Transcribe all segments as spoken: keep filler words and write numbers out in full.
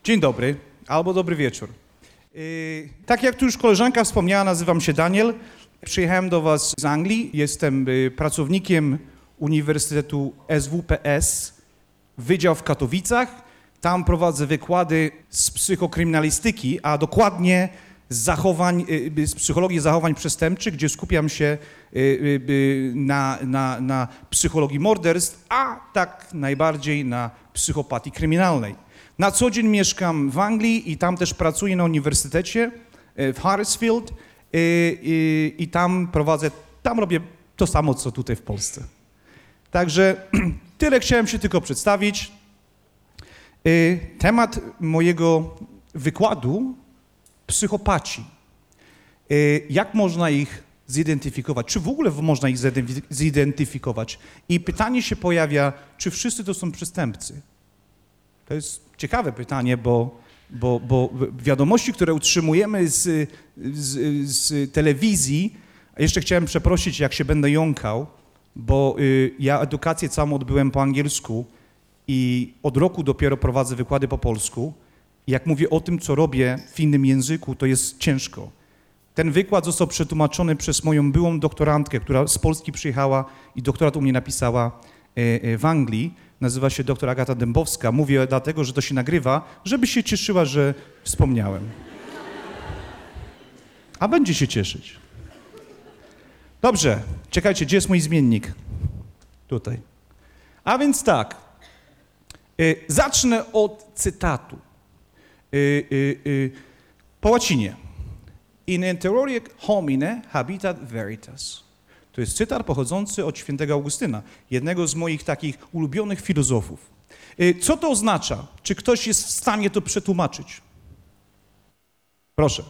Dzień dobry, albo dobry wieczór. Yy, tak jak tu już koleżanka wspomniała, nazywam się Daniel. Przyjechałem do was z Anglii. Jestem y, pracownikiem Uniwersytetu S W P S, Wydział w Katowicach. Tam prowadzę wykłady z psychokryminalistyki, a dokładnie z zachowań, y, z psychologii zachowań przestępczych, gdzie skupiam się y, y, na, na, na psychologii morderstw, a tak najbardziej na psychopatii kryminalnej. Na co dzień mieszkam w Anglii i tam też pracuję na uniwersytecie w Huddersfield i, i, i tam prowadzę, tam robię to samo, co tutaj w Polsce. Także tyle chciałem się tylko przedstawić. Temat mojego wykładu: psychopaci. Jak można ich zidentyfikować? Czy w ogóle można ich zidentyfikować? I pytanie się pojawia, czy wszyscy to są przestępcy? To jest ciekawe pytanie, bo, bo, bo wiadomości, które utrzymujemy z, z, z telewizji, a jeszcze chciałem przeprosić, jak się będę jąkał, bo y, ja edukację całą odbyłem po angielsku i od roku dopiero prowadzę wykłady po polsku. I jak mówię o tym, co robię w innym języku, to jest ciężko. Ten wykład został przetłumaczony przez moją byłą doktorantkę, która z Polski przyjechała i doktorat u mnie napisała y, y, w Anglii. Nazywa się doktor Agata Dębowska. Mówię dlatego, że to się nagrywa, żeby się cieszyła, że wspomniałem. A będzie się cieszyć. Dobrze, czekajcie, gdzie jest mój zmiennik? Tutaj. A więc tak, y, zacznę od cytatu. Y, y, y, po łacinie. In interiore homine habitat veritas. To jest cytat pochodzący od świętego Augustyna, jednego z moich takich ulubionych filozofów. Co to oznacza? Czy ktoś jest w stanie to przetłumaczyć? Proszę.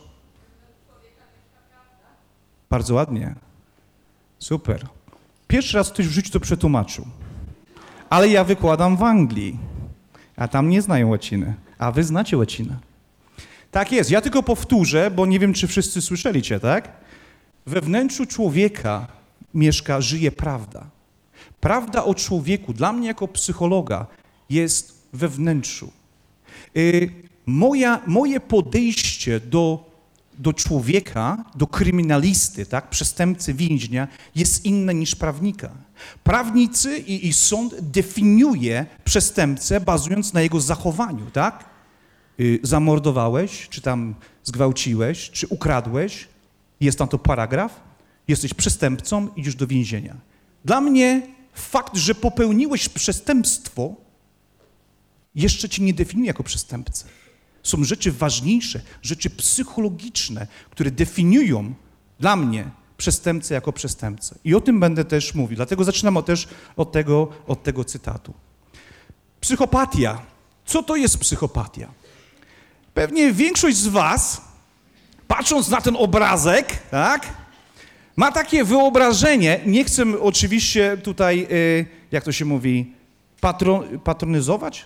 Bardzo ładnie. Super. Pierwszy raz ktoś w życiu to przetłumaczył. Ale ja wykładam w Anglii, a tam nie znają łaciny, a wy znacie łacinę. Tak jest. Ja tylko powtórzę, bo nie wiem, czy wszyscy słyszeli cię, tak? We wnętrzu człowieka mieszka, żyje prawda. Prawda o człowieku dla mnie jako psychologa jest we wnętrzu. Yy, moja, moje podejście do, do człowieka, do kryminalisty, tak, przestępcy, więźnia jest inne niż prawnika. Prawnicy i, i sąd definiuje przestępcę bazując na jego zachowaniu, tak? Yy, zamordowałeś, czy tam zgwałciłeś, czy ukradłeś, jest tam to paragraf, jesteś przestępcą, idziesz do więzienia. Dla mnie fakt, że popełniłeś przestępstwo, jeszcze cię nie definiuje jako przestępcę. Są rzeczy ważniejsze, rzeczy psychologiczne, które definiują dla mnie przestępcę jako przestępcę. I o tym będę też mówił. Dlatego zaczynam też od tego, od tego cytatu. Psychopatia. Co to jest psychopatia? Pewnie większość z was, patrząc na ten obrazek, tak, ma takie wyobrażenie, nie chcę oczywiście tutaj, y, jak to się mówi, patron, patronyzować?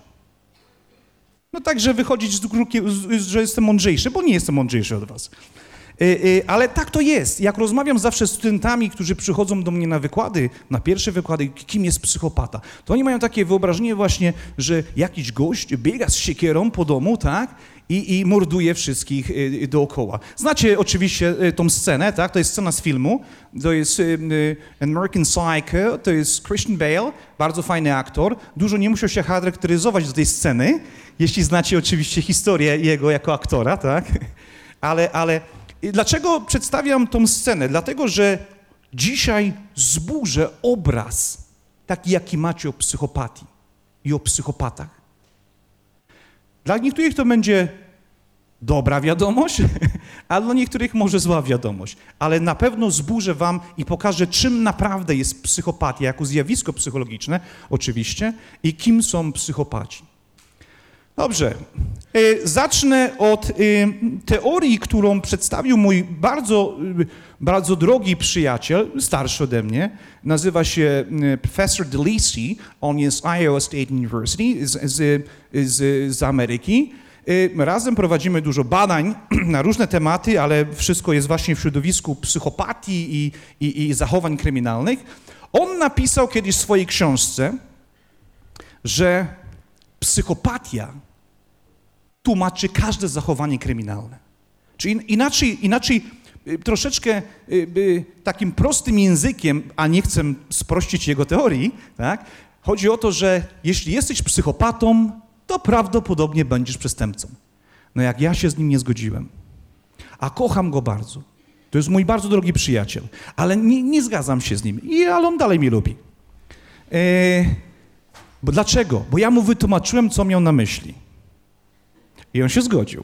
No tak, że wychodzić z grupy, że jestem mądrzejszy, bo nie jestem mądrzejszy od was. Y, y, ale tak to jest. Jak rozmawiam zawsze z studentami, którzy przychodzą do mnie na wykłady, na pierwsze wykłady, kim jest psychopata, to oni mają takie wyobrażenie właśnie, że jakiś gość biega z siekierą po domu, tak? I, i morduje wszystkich y, dookoła. Znacie oczywiście y, tą scenę, tak? To jest scena z filmu. To jest y, y, American Psycho, to jest Christian Bale, bardzo fajny aktor. Dużo nie musiał się charakteryzować do tej sceny, jeśli znacie oczywiście historię jego jako aktora, tak? Ale, ale dlaczego przedstawiam tą scenę? Dlatego, że dzisiaj zburzę obraz taki, jaki macie o psychopatii i o psychopatach. Dla niektórych to będzie dobra wiadomość, a dla niektórych może zła wiadomość. Ale na pewno zburzę wam i pokażę, czym naprawdę jest psychopatia, jako zjawisko psychologiczne oczywiście, i kim są psychopaci. Dobrze, zacznę od teorii, którą przedstawił mój bardzo, bardzo drogi przyjaciel, starszy ode mnie. Nazywa się profesor DeLisi, on jest z Iowa State University, z, z, z, z Ameryki. Razem prowadzimy dużo badań na różne tematy, ale wszystko jest właśnie w środowisku psychopatii i, i, i zachowań kryminalnych. On napisał kiedyś w swojej książce, że psychopatia tłumaczy każde zachowanie kryminalne. Czyli inaczej, inaczej troszeczkę takim prostym językiem, a nie chcę sprościć jego teorii, tak? Chodzi o to, że jeśli jesteś psychopatą, to prawdopodobnie będziesz przestępcą. No jak ja się z nim nie zgodziłem, a kocham go bardzo, to jest mój bardzo drogi przyjaciel, ale nie, nie zgadzam się z nim, I, ale on dalej mnie lubi. E, bo dlaczego? Bo ja mu wytłumaczyłem, co miał na myśli. I on się zgodził.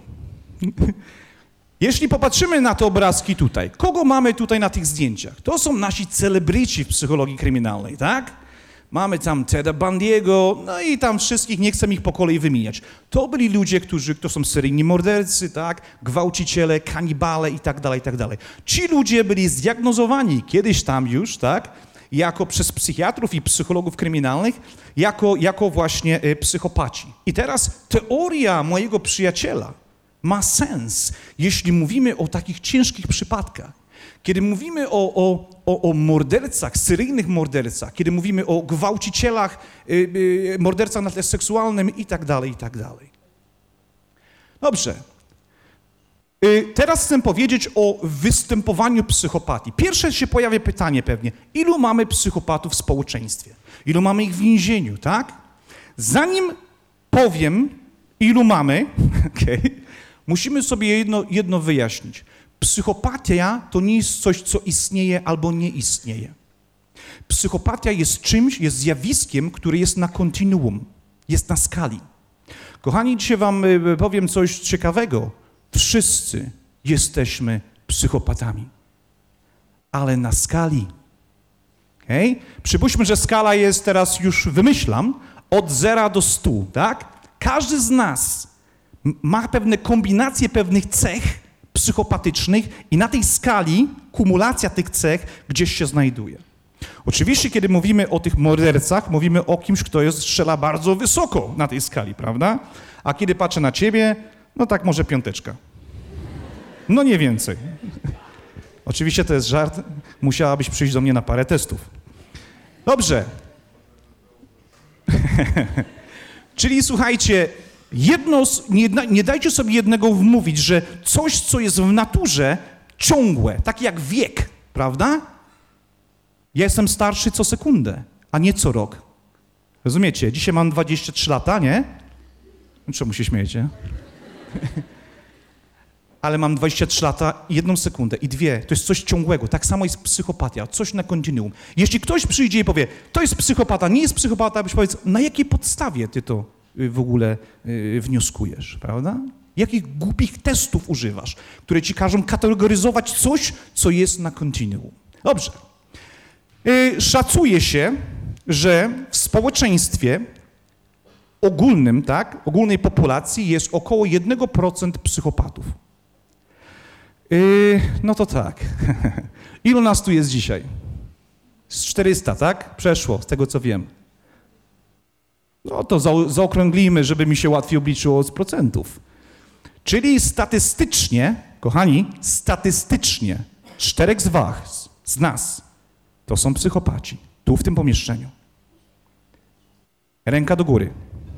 Jeśli popatrzymy na te obrazki tutaj, kogo mamy tutaj na tych zdjęciach? To są nasi celebryci w psychologii kryminalnej, tak? Mamy tam Teda Bundy'ego, no i tam wszystkich, nie chcę ich po kolei wymieniać. To byli ludzie, którzy, to są seryjni mordercy, tak? Gwałciciele, kanibale i tak dalej, i tak dalej. Ci ludzie byli zdiagnozowani kiedyś tam już, tak? Jako przez psychiatrów i psychologów kryminalnych, jako, jako właśnie y, psychopaci. I teraz teoria mojego przyjaciela ma sens, jeśli mówimy o takich ciężkich przypadkach. Kiedy mówimy o, o, o, o mordercach, seryjnych mordercach, kiedy mówimy o gwałcicielach, y, y, mordercach na tle seksualnym i tak dalej, i tak dalej. Dobrze. Y, teraz chcę powiedzieć o występowaniu psychopatii. Pierwsze się pojawia pytanie pewnie, ilu mamy psychopatów w społeczeństwie? Ilu mamy ich w więzieniu, tak? Zanim powiem, ilu mamy, okay, musimy sobie jedno, jedno wyjaśnić. Psychopatia to nie jest coś, co istnieje albo nie istnieje. Psychopatia jest czymś, jest zjawiskiem, które jest na kontinuum, jest na skali. Kochani, dzisiaj wam powiem coś ciekawego. Wszyscy jesteśmy psychopatami, ale na skali. Okay? Przypuśćmy, że skala jest, teraz już wymyślam, od zera do stu, tak? Każdy z nas ma pewne kombinacje pewnych cech psychopatycznych i na tej skali kumulacja tych cech gdzieś się znajduje. Oczywiście, kiedy mówimy o tych mordercach, mówimy o kimś, kto jest, strzela bardzo wysoko na tej skali, prawda? A kiedy patrzę na ciebie, no tak może piąteczka. No nie więcej. Oczywiście to jest żart, musiałabyś przyjść do mnie na parę testów. Dobrze. Czyli słuchajcie, jedno, nie, nie dajcie sobie jednego wmówić, że coś, co jest w naturze, ciągłe, tak jak wiek, prawda? Ja jestem starszy co sekundę, a nie co rok. Rozumiecie? Dzisiaj mam dwadzieścia trzy lata, nie? Czemu się śmiejecie? Ale mam dwadzieścia trzy lata, jedną sekundę i dwie. To jest coś ciągłego. Tak samo jest psychopatia, coś na kontinuum. Jeśli ktoś przyjdzie i powie, to jest psychopata, nie jest psychopata, byś powiedział, na jakiej podstawie ty to w ogóle y, wnioskujesz, prawda? Jakich głupich testów używasz, które ci każą kategoryzować coś, co jest na kontinuum. Dobrze. Y, szacuje się, że w społeczeństwie ogólnym, tak, ogólnej populacji jest około jeden procent psychopatów. Yy, no to tak. Ilu nas tu jest dzisiaj? Z czterysta, tak? Przeszło, z tego co wiem. No to za, zaokrąglimy, żeby mi się łatwiej obliczyło z procentów. Czyli statystycznie, kochani, statystycznie czterech z was, z nas, to są psychopaci. Tu w tym pomieszczeniu. Ręka do góry.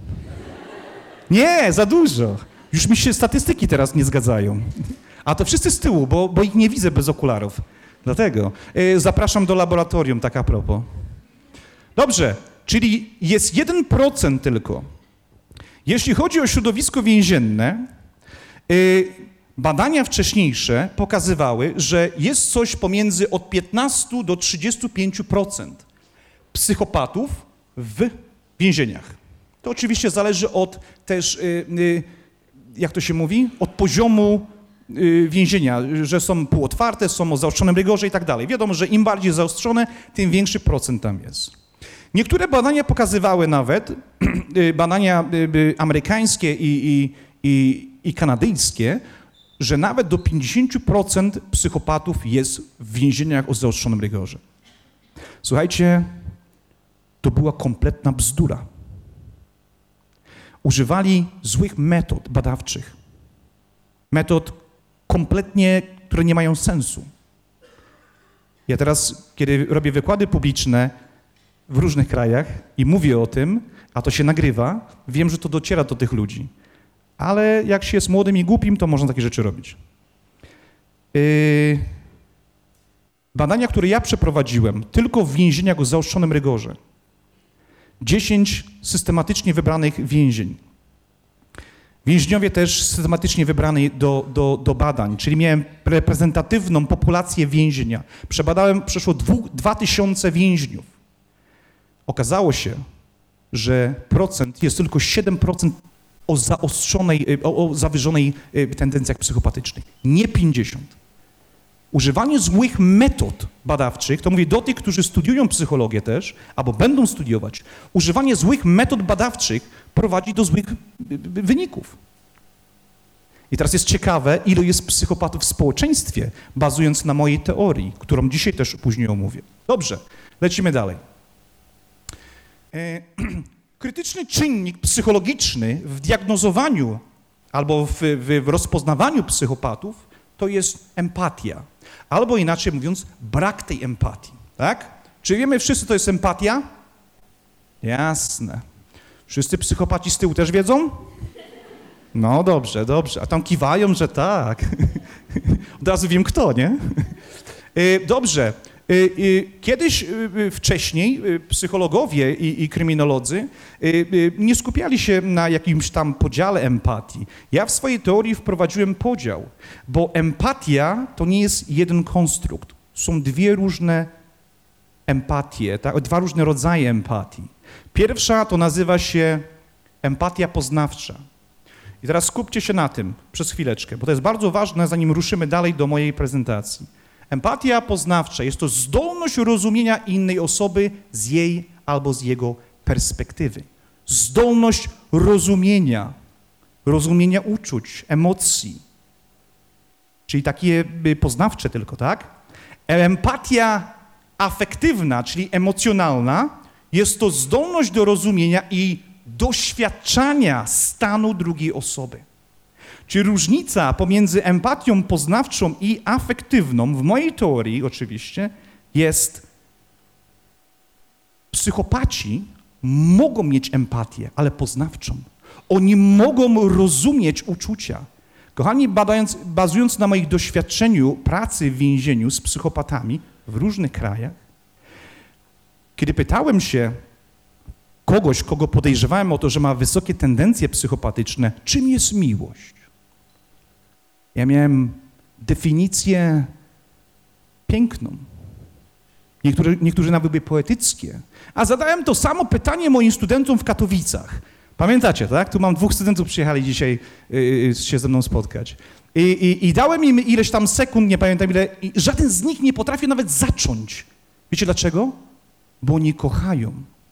Nie, za dużo. Już mi się statystyki teraz nie zgadzają. A to wszyscy z tyłu, bo, bo ich nie widzę bez okularów. Dlatego. Yy, zapraszam do laboratorium, tak a propos. Dobrze, czyli jest jeden procent tylko. Jeśli chodzi o środowisko więzienne, yy, badania wcześniejsze pokazywały, że jest coś pomiędzy od piętnastu do trzydziestu pięciu procent psychopatów w więzieniach. To oczywiście zależy od też, yy, yy, jak to się mówi, od poziomu yy, więzienia, że są półotwarte, są o zaostrzonym rygorze i tak dalej. Wiadomo, że im bardziej zaostrzone, tym większy procent tam jest. Niektóre badania pokazywały nawet, yy, badania yy, amerykańskie i, i, i, i kanadyjskie, że nawet do pięćdziesięciu procent psychopatów jest w więzieniach o zaostrzonym rygorze. Słuchajcie, to była kompletna bzdura. Używali złych metod badawczych. Metod kompletnie, które nie mają sensu. Ja teraz, kiedy robię wykłady publiczne w różnych krajach i mówię o tym, a to się nagrywa, wiem, że to dociera do tych ludzi. ale jak się jest młodym i głupim, to można takie rzeczy robić. Yy, badania, które ja przeprowadziłem, tylko w więzieniach o zaostrzonym rygorze. dziesięć systematycznie wybranych więzień. Więźniowie też systematycznie wybrani do, do, do badań, czyli miałem reprezentatywną populację więzienia. Przebadałem przeszło dwa tysiące więźniów. Okazało się, że procent jest tylko siedem procent o zaostrzonej, o, o zawyżonej tendencjach psychopatycznych, nie pięćdziesiąt. Używanie złych metod badawczych, to mówię do tych, którzy studiują psychologię też, albo będą studiować, używanie złych metod badawczych prowadzi do złych wyników. I teraz jest ciekawe, ile jest psychopatów w społeczeństwie, bazując na mojej teorii, którą dzisiaj też później omówię. Dobrze, lecimy dalej. E, krytyczny czynnik psychologiczny w diagnozowaniu albo w, w, w rozpoznawaniu psychopatów to jest empatia. Albo inaczej mówiąc, brak tej empatii, tak? Czy wiemy wszyscy, to jest empatia? Jasne. Wszyscy psychopaci z tyłu też wiedzą? No dobrze, dobrze. A tam kiwają, że tak. Od razu wiem kto, nie? Dobrze. Kiedyś wcześniej psychologowie i, i kryminolodzy nie skupiali się na jakimś tam podziale empatii. Ja w swojej teorii wprowadziłem podział, bo empatia to nie jest jeden konstrukt. Są dwie różne empatie, tak? Dwa różne rodzaje empatii. Pierwsza to nazywa się empatia poznawcza. I teraz skupcie się na tym przez chwileczkę, bo to jest bardzo ważne, zanim ruszymy dalej do mojej prezentacji. Empatia poznawcza jest to zdolność rozumienia innej osoby z jej albo z jego perspektywy. Zdolność rozumienia, rozumienia uczuć, emocji. Czyli takie poznawcze tylko, tak? Empatia afektywna, czyli emocjonalna, jest to zdolność do rozumienia i doświadczania stanu drugiej osoby. Czy różnica pomiędzy empatią poznawczą i afektywną, w mojej teorii oczywiście, jest psychopaci mogą mieć empatię, ale poznawczą. Oni mogą rozumieć uczucia. Kochani, badając, bazując na moich doświadczeniu pracy w więzieniu z psychopatami w różnych krajach, kiedy pytałem się kogoś, kogo podejrzewałem o to, że ma wysokie tendencje psychopatyczne, czym jest miłość? Ja miałem definicję piękną. Niektórzy, niektórzy nawet były poetyckie. A zadałem to samo pytanie moim studentom w Katowicach. Pamiętacie, tak? Tu mam dwóch studentów, przyjechali dzisiaj yy, się ze mną spotkać. I, i, I dałem im ileś tam sekund, nie pamiętam ile, i żaden z nich nie potrafi nawet zacząć. Wiecie dlaczego? Bo oni kochają.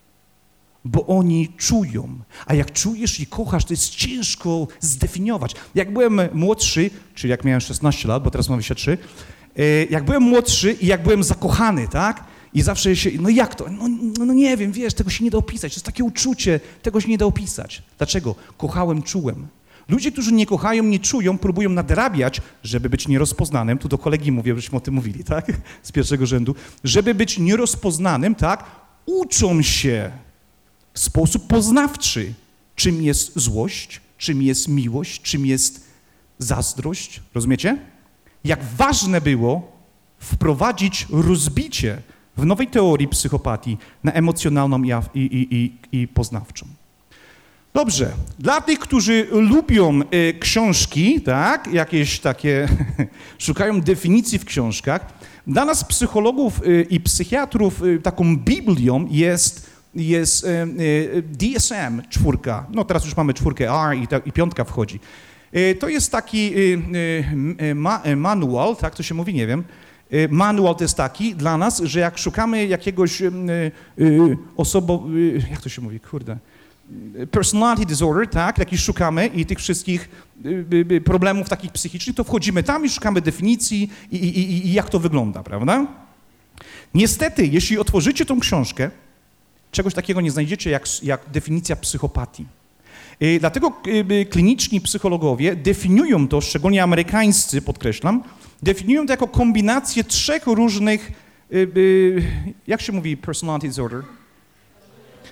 Bo oni czują. A jak czujesz i kochasz, to jest ciężko zdefiniować. Jak byłem młodszy, czyli jak miałem szesnaście lat, bo teraz mam dwadzieścia trzy, jak byłem młodszy i jak byłem zakochany, tak? I zawsze się, no jak to? No, no nie wiem, wiesz, tego się nie da opisać. To jest takie uczucie, tego się nie da opisać. Dlaczego? Kochałem, czułem. Ludzie, którzy nie kochają, nie czują, próbują nadrabiać, żeby być nierozpoznanym. Tu do kolegi mówię, żeśmy o tym mówili, tak? Z pierwszego rzędu. Żeby być nierozpoznanym, tak? Uczą się w sposób poznawczy, czym jest złość, czym jest miłość, czym jest zazdrość. Rozumiecie? Jak ważne było wprowadzić rozbicie w nowej teorii psychopatii na emocjonalną i, i, i, i poznawczą. Dobrze. Dla tych, którzy lubią y, książki, tak, jakieś takie, szukają definicji w książkach, dla nas psychologów y, i psychiatrów y, taką Biblią jest, jest y, y, D S M czwórka. No teraz już mamy czwórkę R i, ta, i piątka wchodzi. Y, to jest taki y, y, ma, manual, tak to się mówi, nie wiem. Y, manual to jest taki dla nas, że jak szukamy jakiegoś y, y, osobo... Y, jak to się mówi, kurde... personality disorder, tak, jakich szukamy i tych wszystkich y, y, problemów takich psychicznych, to wchodzimy tam i szukamy definicji i, i, i, i jak to wygląda, prawda? Niestety, jeśli otworzycie tą książkę, czegoś takiego nie znajdziecie jak, jak definicja psychopatii. Y, dlatego y, kliniczni psychologowie definiują to, szczególnie amerykańscy, podkreślam, definiują to jako kombinację trzech różnych, y, y, jak się mówi personality disorder?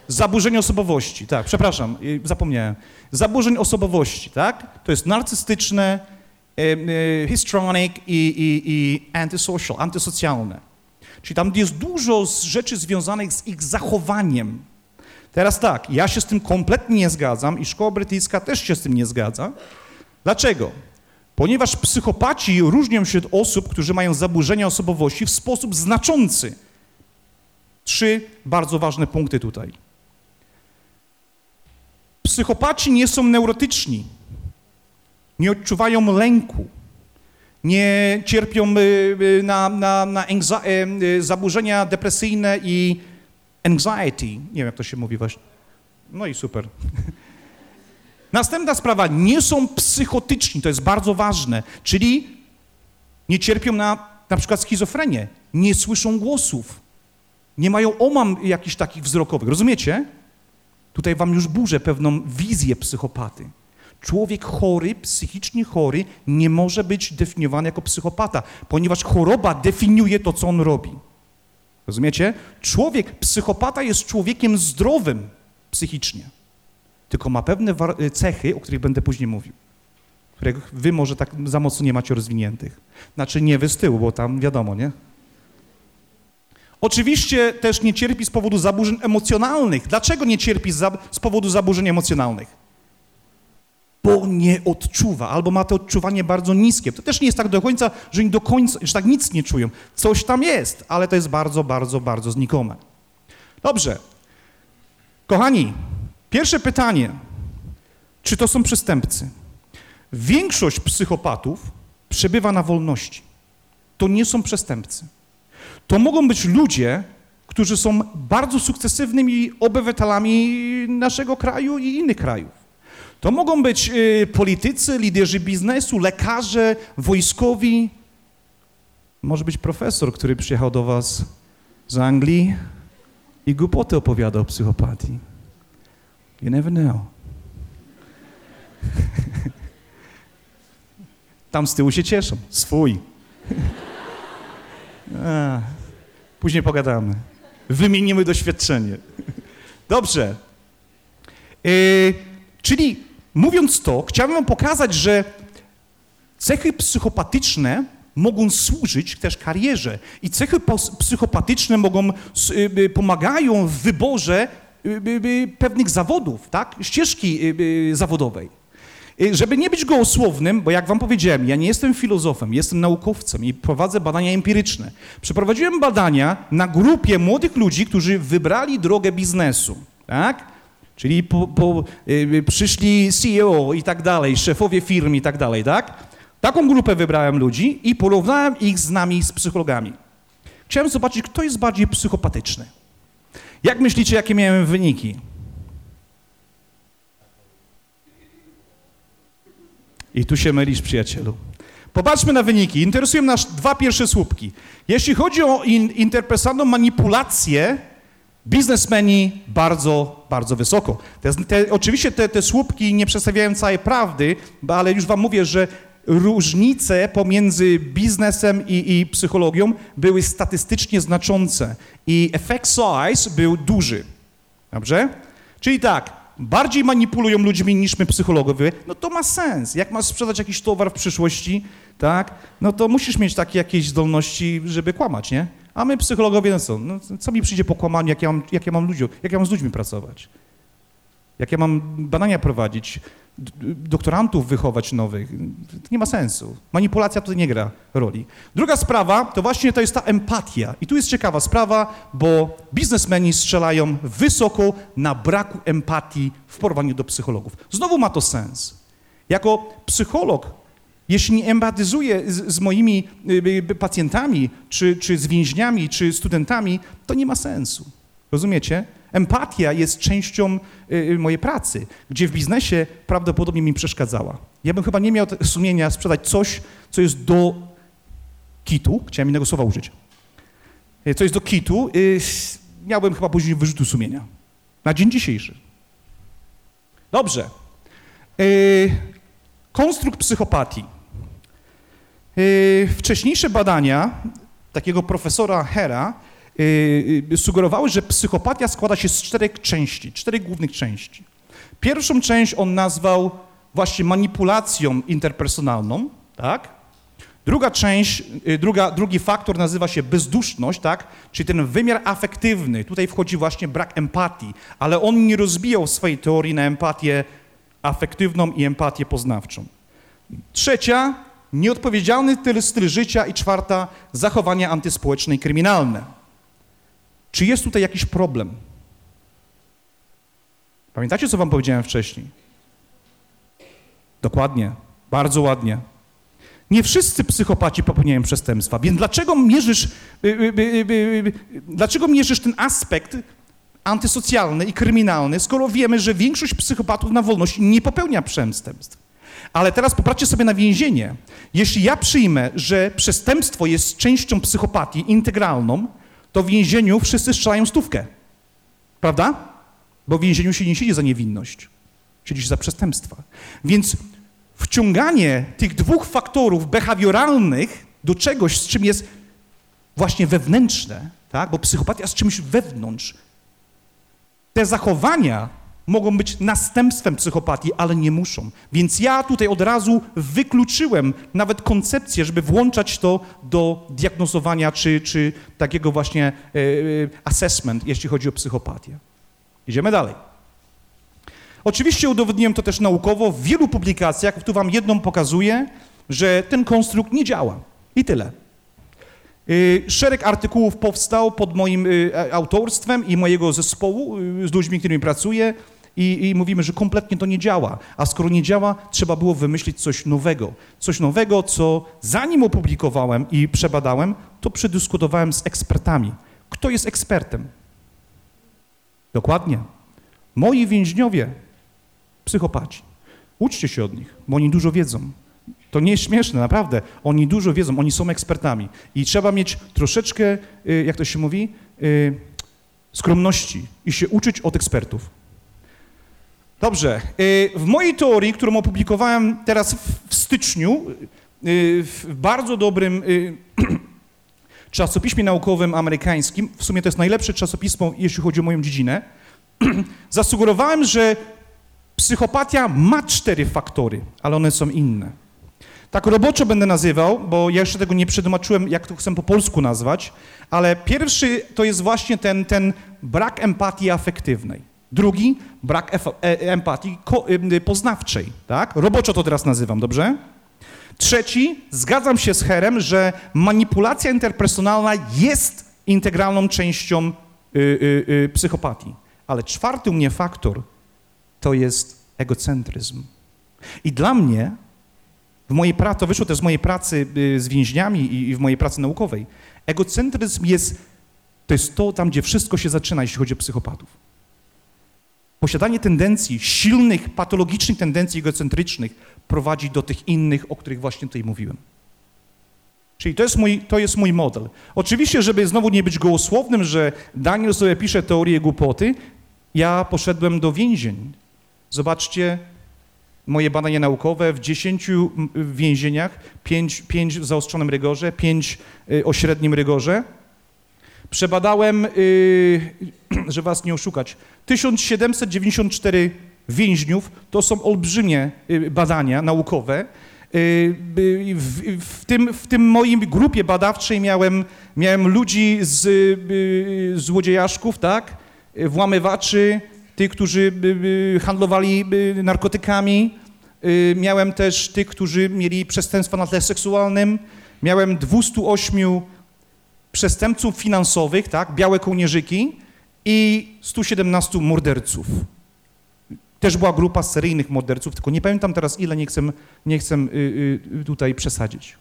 Zaburzenie osobowości, tak, przepraszam, zapomniałem. Zaburzeń osobowości, tak? To jest narcystyczne, e, e, histrionic i, i, i antisocial, antysocjalne. Czyli tam jest dużo rzeczy związanych z ich zachowaniem. Teraz tak, ja się z tym kompletnie nie zgadzam i szkoła brytyjska też się z tym nie zgadza. Dlaczego? Ponieważ psychopaci różnią się od osób, którzy mają zaburzenia osobowości w sposób znaczący. Trzy bardzo ważne punkty tutaj. Psychopaci nie są neurotyczni, nie odczuwają lęku, nie cierpią na, na, na zaburzenia depresyjne i anxiety. Nie wiem, jak to się mówi właśnie. No i super. Następna sprawa, nie są psychotyczni, to jest bardzo ważne, czyli nie cierpią na na przykład schizofrenię, nie słyszą głosów, nie mają omam jakichś takich wzrokowych, rozumiecie? Tutaj wam już burzę pewną wizję psychopaty. Człowiek chory, psychicznie chory nie może być definiowany jako psychopata, ponieważ choroba definiuje to, co on robi. Rozumiecie? Człowiek, psychopata jest człowiekiem zdrowym psychicznie, tylko ma pewne cechy, o których będę później mówił, których wy może tak za mocno nie macie rozwiniętych. Znaczy nie wy z tyłu, bo tam wiadomo, nie? Oczywiście też nie cierpi z powodu zaburzeń emocjonalnych. Dlaczego nie cierpi z, z powodu zaburzeń emocjonalnych? Bo nie odczuwa, albo ma to odczuwanie bardzo niskie. To też nie jest tak do końca, że oni do końca, że tak nic nie czują. Coś tam jest, ale to jest bardzo, bardzo, bardzo znikome. Dobrze. Kochani, pierwsze pytanie. Czy to są przestępcy? Większość psychopatów przebywa na wolności. To nie są przestępcy. To mogą być ludzie, którzy są bardzo sukcesywnymi obywatelami naszego kraju i innych krajów. To mogą być y, politycy, liderzy biznesu, lekarze, wojskowi. Może być profesor, który przyjechał do was z Anglii i głupoty opowiada o psychopatii. You never know. Tam z tyłu się cieszą. Swój. A, później pogadamy. Wymienimy doświadczenie. Dobrze. Yy, czyli mówiąc to, chciałbym wam pokazać, że cechy psychopatyczne mogą służyć też karierze i cechy psychopatyczne mogą, yy, pomagają w wyborze yy, pewnych zawodów, tak? Ścieżki yy, zawodowej. Żeby nie być gołosłownym, bo jak wam powiedziałem, ja nie jestem filozofem, jestem naukowcem i prowadzę badania empiryczne. Przeprowadziłem badania na grupie młodych ludzi, którzy wybrali drogę biznesu, tak? Czyli po, po, y, przyszli C E O i tak dalej, szefowie firm i tak dalej, tak? Taką grupę wybrałem ludzi i porównałem ich z nami, z psychologami. Chciałem zobaczyć, kto jest bardziej psychopatyczny. Jak myślicie, jakie miałem wyniki? I tu się mylisz, przyjacielu. Popatrzmy na wyniki. Interesują nas dwa pierwsze słupki. Jeśli chodzi o in, interpersonalną manipulację, biznesmeni bardzo, bardzo wysoko. Te, te, oczywiście te, te słupki nie przedstawiają całej prawdy, ale już wam mówię, że różnice pomiędzy biznesem i, i psychologią były statystycznie znaczące i effect size był duży. Dobrze? Czyli tak, bardziej manipulują ludźmi niż my psychologowie, no to ma sens. Jak masz sprzedać jakiś towar w przyszłości, tak, no to musisz mieć takie jakieś zdolności, żeby kłamać, nie? A my psychologowie, no co, no, co mi przyjdzie po kłamaniu, jak ja mam, jak ja mam, ludzi, jak ja mam z ludźmi pracować? Jak ja mam badania prowadzić, doktorantów wychować nowych? To nie ma sensu. Manipulacja tutaj nie gra roli. Druga sprawa to właśnie to jest ta empatia. I tu jest ciekawa sprawa, bo biznesmeni strzelają wysoko na braku empatii w porównaniu do psychologów. Znowu ma to sens. Jako psycholog, jeśli nie empatyzuję z, z moimi y, pacjentami, czy, czy z więźniami, czy studentami, to nie ma sensu. Rozumiecie? Empatia jest częścią y, mojej pracy, gdzie w biznesie prawdopodobnie mi przeszkadzała. Ja bym chyba nie miał sumienia sprzedać coś, co jest do kitu, chciałem innego słowa użyć, co jest do kitu, y, miałbym chyba później wyrzutu sumienia. Na dzień dzisiejszy. Dobrze. Y, konstrukt psychopatii. Y, wcześniejsze badania takiego profesora Hera yy, sugerowały, że psychopatia składa się z czterech części, czterech głównych części. Pierwszą część on nazwał właśnie manipulacją interpersonalną, tak? Druga część, druga, drugi faktor nazywa się bezduszność, tak? Czyli ten wymiar afektywny. Tutaj wchodzi właśnie brak empatii, ale on nie rozbijał swojej teorii na empatię afektywną i empatię poznawczą. Trzecia, nieodpowiedzialny styl, styl życia i czwarta, zachowania antyspołeczne i kryminalne. Czy jest tutaj jakiś problem? Pamiętacie, co wam powiedziałem wcześniej? Dokładnie, bardzo ładnie. Nie wszyscy psychopaci popełniają przestępstwa, więc dlaczego mierzysz, yy, yy, yy, yy, dlaczego mierzysz ten aspekt antysocjalny i kryminalny, skoro wiemy, że większość psychopatów na wolności nie popełnia przestępstw? Ale teraz popatrzcie sobie na więzienie. Jeśli ja przyjmę, że przestępstwo jest częścią psychopatii integralną, to w więzieniu wszyscy strzelają stówkę. Prawda? Bo w więzieniu się nie siedzi za niewinność. Siedzi się za przestępstwa. Więc wciąganie tych dwóch faktorów behawioralnych do czegoś, z czym jest właśnie wewnętrzne, tak? Bo psychopatia jest czymś wewnątrz. Te zachowania mogą być następstwem psychopatii, ale nie muszą. Więc ja tutaj od razu wykluczyłem nawet koncepcję, żeby włączać to do diagnozowania czy, czy takiego właśnie yy, assessment, jeśli chodzi o psychopatię. Idziemy dalej. Oczywiście udowodniłem to też naukowo w wielu publikacjach, tu wam jedną pokazuję, że ten konstrukt nie działa. I tyle. Yy, szereg artykułów powstał pod moim yy, autorstwem i mojego zespołu yy, z ludźmi, którymi pracuję i, i mówimy, że kompletnie to nie działa. A skoro nie działa, trzeba było wymyślić coś nowego. Coś nowego, co zanim opublikowałem i przebadałem, to przedyskutowałem z ekspertami. Kto jest ekspertem? Dokładnie. Moi więźniowie, psychopaci. Uczcie się od nich, bo oni dużo wiedzą. To nie jest śmieszne, naprawdę. Oni dużo wiedzą, oni są ekspertami. I trzeba mieć troszeczkę, jak to się mówi, skromności i się uczyć od ekspertów. Dobrze. W mojej teorii, którą opublikowałem teraz w styczniu, w bardzo dobrym czasopiśmie naukowym amerykańskim, w sumie to jest najlepsze czasopismo, jeśli chodzi o moją dziedzinę, zasugerowałem, że psychopatia ma cztery faktory, ale one są inne. Tak roboczo będę nazywał, bo ja jeszcze tego nie przetłumaczyłem, jak to chcę po polsku nazwać, ale pierwszy to jest właśnie ten, ten brak empatii afektywnej. Drugi, brak empatii poznawczej, tak? Roboczo to teraz nazywam, dobrze? Trzeci, zgadzam się z Herem, że manipulacja interpersonalna jest integralną częścią y, y, y, psychopatii. Ale czwarty u mnie faktor to jest egocentryzm. I dla mnie, w mojej pracy, to wyszło też z mojej pracy y, z więźniami i, i w mojej pracy naukowej, egocentryzm jest, to jest to tam, gdzie wszystko się zaczyna, jeśli chodzi o psychopatów. Posiadanie tendencji, silnych, patologicznych tendencji egocentrycznych prowadzi do tych innych, o których właśnie tutaj mówiłem. Czyli to jest mój, to jest mój model. Oczywiście, żeby znowu nie być gołosłownym, że Daniel sobie pisze teorię głupoty, ja poszedłem do więzień. Zobaczcie moje badania naukowe w dziesięciu więzieniach, pięć, pięć w zaostrzonym rygorze, pięć o średnim rygorze. Przebadałem, yy, że was nie oszukać, tysiąc siedemset dziewięćdziesiąt cztery więźniów, to są olbrzymie badania naukowe. Yy, w, w, tym, w tym moim grupie badawczej miałem, miałem ludzi z yy, złodziejaszków, tak, włamywaczy, tych, którzy yy, handlowali yy, narkotykami, yy, miałem też tych, którzy mieli przestępstwa na tle seksualnym, miałem dwieście osiem przestępców finansowych, tak, białe kołnierzyki i stu siedemnastu morderców. Też była grupa seryjnych morderców, tylko nie pamiętam teraz ile, nie chcę, nie chcę y, y, tutaj przesadzić.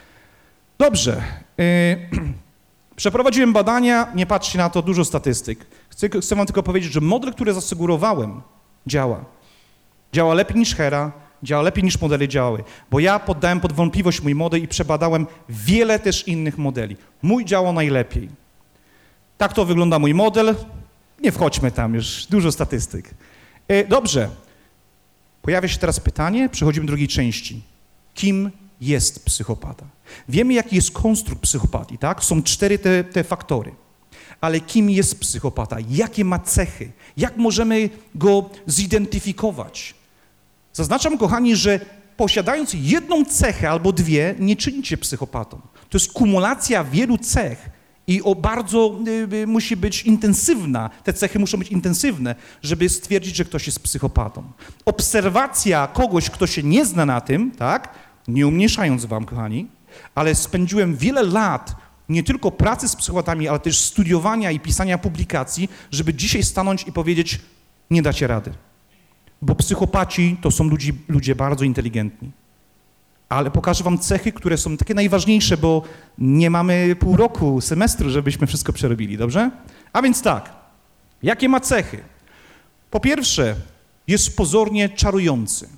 Dobrze. Y, przeprowadziłem badania, nie patrzcie na to, dużo statystyk. Chcę, chcę wam tylko powiedzieć, że model, który zasugerowałem, działa. Działa lepiej niż Hera, działa lepiej niż modele działały, bo ja poddałem pod wątpliwość mój model i przebadałem wiele też innych modeli. Mój działa najlepiej. Tak to wygląda mój model. Nie wchodźmy tam już, dużo statystyk. Dobrze. Pojawia się teraz pytanie, przechodzimy do drugiej części. Kim jest psychopata? Wiemy, jaki jest konstrukt psychopatii, tak? Są cztery te, te faktory. Ale kim jest psychopata? Jakie ma cechy? Jak możemy go zidentyfikować? Zaznaczam, kochani, że posiadając jedną cechę albo dwie, nie czynicie psychopatą. To jest kumulacja wielu cech i o bardzo y, y, musi być intensywna. Te cechy muszą być intensywne, żeby stwierdzić, że ktoś jest psychopatą. Obserwacja kogoś, kto się nie zna na tym, tak, nie umniejszając wam, kochani, ale spędziłem wiele lat nie tylko pracy z psychopatami, ale też studiowania i pisania publikacji, żeby dzisiaj stanąć i powiedzieć, nie dacie rady. Bo psychopaci to są ludzi, ludzie bardzo inteligentni. Ale pokażę wam cechy, które są takie najważniejsze, bo nie mamy pół roku, semestru, żebyśmy wszystko przerobili, dobrze? A więc tak, jakie ma cechy? Po pierwsze, jest pozornie czarujący.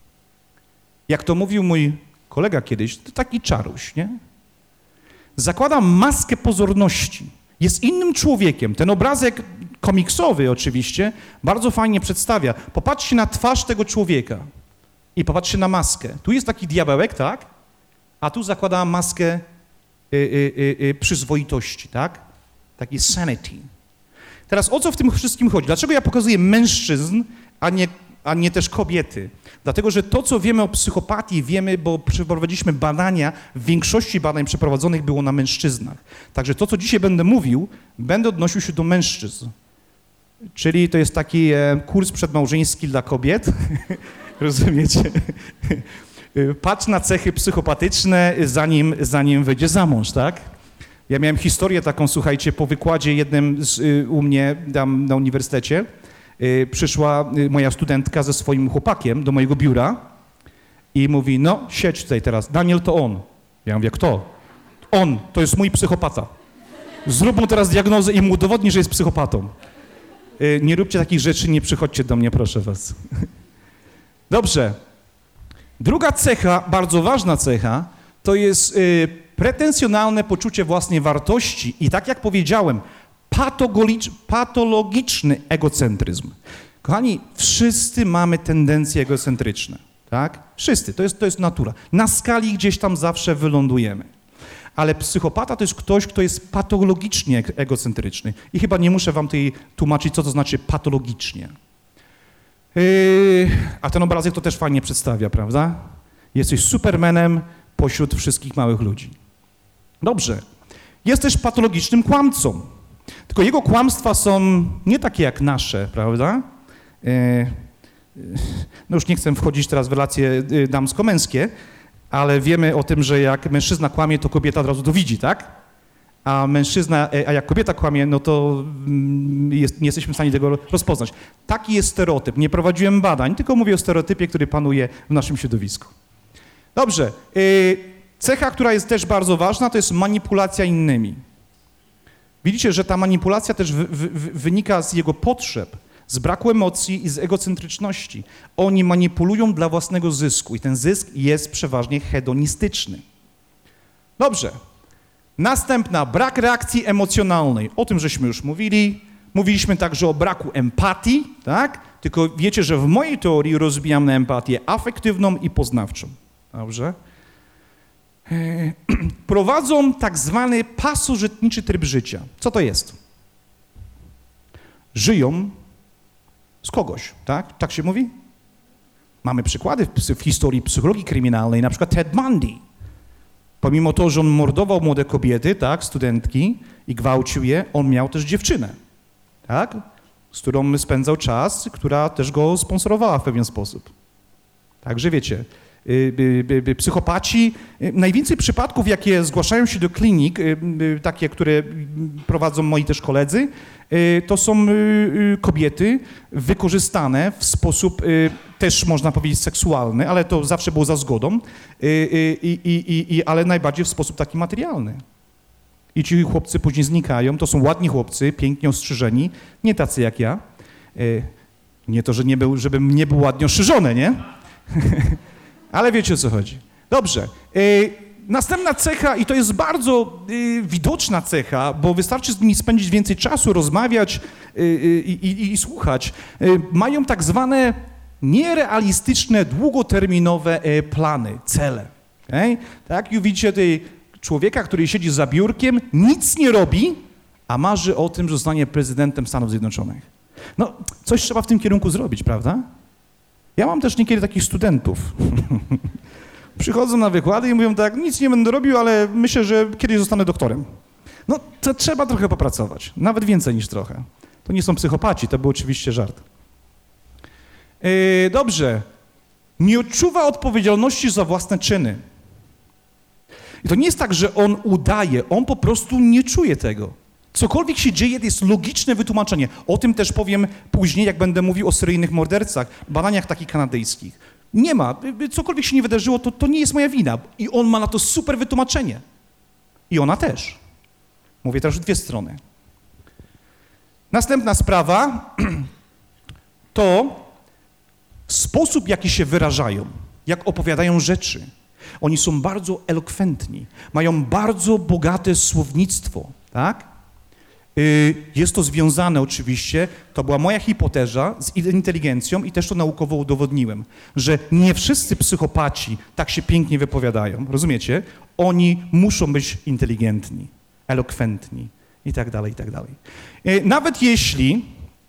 Jak to mówił mój kolega kiedyś, to taki czaruś, nie? Zakłada maskę pozorności. Jest innym człowiekiem. Ten obrazek komiksowy oczywiście bardzo fajnie przedstawia. Popatrzcie na twarz tego człowieka i popatrzcie na maskę. Tu jest taki diabełek, tak? A tu zakłada maskę y, y, y, y, przyzwoitości, tak? Taki sanity. Teraz o co w tym wszystkim chodzi? Dlaczego ja pokazuję mężczyzn, a nie, a nie też kobiety? Dlatego, że to, co wiemy o psychopatii, wiemy, bo przeprowadziliśmy badania, w większości badań przeprowadzonych było na mężczyznach. Także to, co dzisiaj będę mówił, będę odnosił się do mężczyzn. Czyli to jest taki e, kurs przedmałżeński dla kobiet, rozumiecie? Patrz na cechy psychopatyczne, zanim, zanim wyjdzie za mąż, tak? Ja miałem historię taką, słuchajcie, po wykładzie jednym z, y, u mnie tam na uniwersytecie, y, przyszła y, moja studentka ze swoim chłopakiem do mojego biura i mówi, no siedź tutaj teraz, Daniel to on. Ja mówię, kto? On, to jest mój psychopata. Zrób mu teraz diagnozę i mu udowodni, że jest psychopatą. Y, nie róbcie takich rzeczy, nie przychodźcie do mnie, proszę was. Dobrze. Druga cecha, bardzo ważna cecha, to jest y, pretensjonalne poczucie własnej wartości i tak jak powiedziałem, patologiczny egocentryzm. Kochani, wszyscy mamy tendencje egocentryczne, tak? Wszyscy, to jest, to jest natura. Na skali gdzieś tam zawsze wylądujemy. Ale psychopata to jest ktoś, kto jest patologicznie egocentryczny. I chyba nie muszę wam tutaj tłumaczyć, co to znaczy patologicznie. Yy, a ten obrazek to też fajnie przedstawia, prawda? Jesteś supermanem pośród wszystkich małych ludzi. Dobrze. Jest też patologicznym kłamcą. Tylko jego kłamstwa są nie takie jak nasze, prawda? Yy, no już nie chcę wchodzić teraz w relacje damsko-męskie, ale wiemy o tym, że jak mężczyzna kłamie, to kobieta od razu to widzi, tak? A mężczyzna, a jak kobieta kłamie, no to jest, nie jesteśmy w stanie tego rozpoznać. Taki jest stereotyp. Nie prowadziłem badań, tylko mówię o stereotypie, który panuje w naszym środowisku. Dobrze. Cecha, która jest też bardzo ważna, to jest manipulacja innymi. Widzicie, że ta manipulacja też wy, wy, wynika z jego potrzeb, z braku emocji i z egocentryczności. Oni manipulują dla własnego zysku i ten zysk jest przeważnie hedonistyczny. Dobrze. Następna, brak reakcji emocjonalnej. O tym żeśmy już mówili. Mówiliśmy także o braku empatii, tak? Tylko wiecie, że w mojej teorii rozbijam na empatię afektywną i poznawczą. Dobrze? Eee, prowadzą tak zwany pasożytniczy tryb życia. Co to jest? Żyją z kogoś, tak? Tak się mówi? Mamy przykłady w, w historii psychologii kryminalnej, na przykład Ted Bundy. Pomimo to, że on mordował młode kobiety, tak, studentki i gwałcił je, on miał też dziewczynę, tak, z którą spędzał czas, która też go sponsorowała w pewien sposób. Także wiecie, y, y, y, psychopaci, y, najwięcej przypadków, jakie zgłaszają się do klinik, y, y, takie, które prowadzą moi też koledzy, y, to są y, y, kobiety wykorzystane w sposób y, też można powiedzieć seksualny, ale to zawsze było za zgodą, y, y, y, y, y, ale najbardziej w sposób taki materialny. I ci chłopcy później znikają, to są ładni chłopcy, pięknie ostrzyżeni, nie tacy jak ja. Y, nie to, że nie był, żebym nie był ładnie ostrzyżony, nie? Ale wiecie, o co chodzi. Dobrze. Y, następna cecha, i to jest bardzo y, widoczna cecha, bo wystarczy z nimi spędzić więcej czasu, rozmawiać y, y, i, i słuchać, y, mają tak zwane nierealistyczne, długoterminowe y, plany, cele. Okay? Tak, i widzicie tutaj człowieka, który siedzi za biurkiem, nic nie robi, a marzy o tym, że zostanie prezydentem Stanów Zjednoczonych. No, coś trzeba w tym kierunku zrobić, prawda? Ja mam też niekiedy takich studentów. Przychodzą na wykłady i mówią tak, nic nie będę robił, ale myślę, że kiedyś zostanę doktorem. No, to trzeba trochę popracować, nawet więcej niż trochę. To nie są psychopaci, to był oczywiście żart. Yy, dobrze. Nie odczuwa odpowiedzialności za własne czyny. I to nie jest tak, że on udaje, on po prostu nie czuje tego. Cokolwiek się dzieje, to jest logiczne wytłumaczenie. O tym też powiem później, jak będę mówił o seryjnych mordercach, badaniach takich kanadyjskich. Nie ma, cokolwiek się nie wydarzyło, to, to nie jest moja wina. I on ma na to super wytłumaczenie. I ona też. Mówię teraz dwie strony. Następna sprawa to sposób, w jaki się wyrażają, jak opowiadają rzeczy. Oni są bardzo elokwentni, mają bardzo bogate słownictwo, tak? Jest to związane oczywiście, to była moja hipoteza z inteligencją i też to naukowo udowodniłem, że nie wszyscy psychopaci tak się pięknie wypowiadają, rozumiecie? Oni muszą być inteligentni, elokwentni i tak dalej, i tak dalej. Nawet jeśli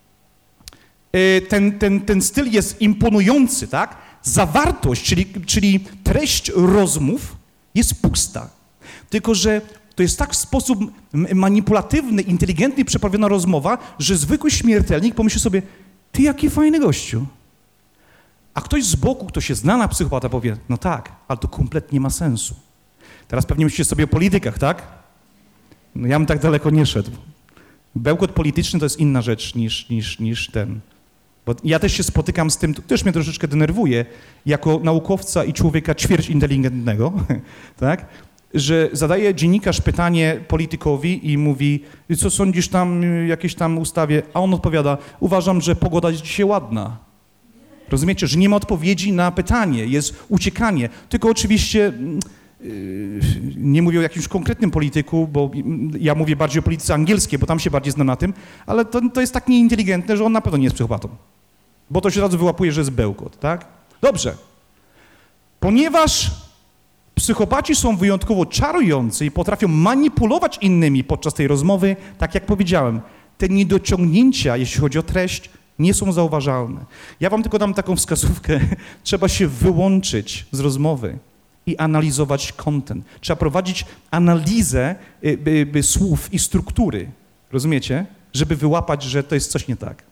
ten, ten, ten styl jest imponujący, tak? Zawartość, czyli, czyli treść rozmów jest pusta, tylko że to jest tak w sposób manipulatywny, inteligentny przeprawiona rozmowa, że zwykły śmiertelnik pomyśli sobie, ty jaki fajny gościu. A ktoś z boku, kto się zna na psychopata, powie, no tak, ale to kompletnie ma sensu. Teraz pewnie myślicie sobie o politykach, tak? No ja bym tak daleko nie szedł. Bełkot polityczny to jest inna rzecz niż, niż, niż ten. Bo ja też się spotykam z tym, to też mnie troszeczkę denerwuje, jako naukowca i człowieka ćwierć inteligentnego, tak? Że zadaje dziennikarz pytanie politykowi i mówi, co sądzisz tam, jakieś tam ustawie, a on odpowiada, uważam, że pogoda jest dzisiaj ładna. Rozumiecie, że nie ma odpowiedzi na pytanie, jest uciekanie. Tylko oczywiście yy, nie mówię o jakimś konkretnym polityku, bo ja mówię bardziej o polityce angielskiej, bo tam się bardziej znam na tym, ale to, to jest tak nieinteligentne, że on na pewno nie jest psychopatą. Bo to się od razu wyłapuje, że jest bełkot, tak? Dobrze. Ponieważ psychopaci są wyjątkowo czarujący i potrafią manipulować innymi podczas tej rozmowy, tak jak powiedziałem, te niedociągnięcia, jeśli chodzi o treść, nie są zauważalne. Ja wam tylko dam taką wskazówkę, trzeba się wyłączyć z rozmowy i analizować content. Trzeba prowadzić analizę y, y, y, słów i struktury, rozumiecie? Żeby wyłapać, że to jest coś nie tak.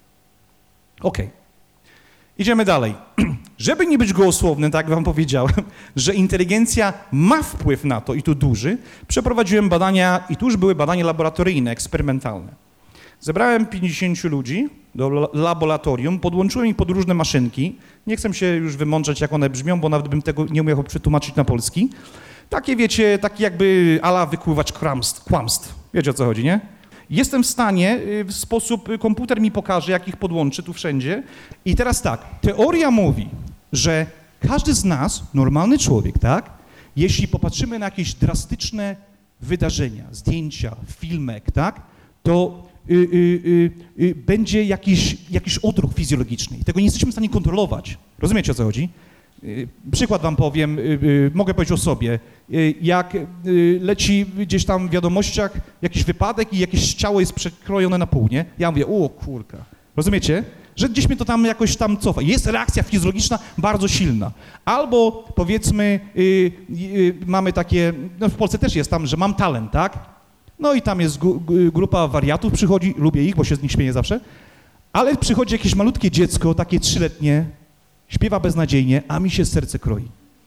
Okej. Okay. Idziemy dalej. Żeby nie być gołosłownym, tak jak wam powiedziałem, że inteligencja ma wpływ na to i tu duży, przeprowadziłem badania i tu już były badania laboratoryjne, eksperymentalne. Zebrałem pięćdziesięciu ludzi do laboratorium, podłączyłem ich pod różne maszynki. Nie chcę się już wymądrzać, jak one brzmią, bo nawet bym tego nie umiał przetłumaczyć na polski. Takie, wiecie, takie jakby ala wykłuwać kłamstw, kłamstw. Wiecie, o co chodzi, nie? Jestem w stanie, w sposób, komputer mi pokaże, jak ich podłączy tu wszędzie. I teraz tak, teoria mówi, że każdy z nas, normalny człowiek, tak, jeśli popatrzymy na jakieś drastyczne wydarzenia, zdjęcia, filmek, tak, to y, y, y, y, będzie jakiś, jakiś odruch fizjologiczny i tego nie jesteśmy w stanie kontrolować. Rozumiecie, o co chodzi? Y, przykład wam powiem, y, y, mogę powiedzieć o sobie. Y, jak y, leci gdzieś tam w wiadomościach jakiś wypadek i jakieś ciało jest przekrojone na pół, nie? Ja mówię, o kurka. Rozumiecie? Że gdzieś mnie to tam jakoś tam cofa. Jest reakcja fizjologiczna bardzo silna. Albo powiedzmy, y, y, mamy takie, no w Polsce też jest tam, że mam talent, tak? No i tam jest gu, gu, grupa wariatów, przychodzi, lubię ich, bo się z nich śmieję zawsze, ale przychodzi jakieś malutkie dziecko, takie trzyletnie, śpiewa beznadziejnie, a mi się serce kroi.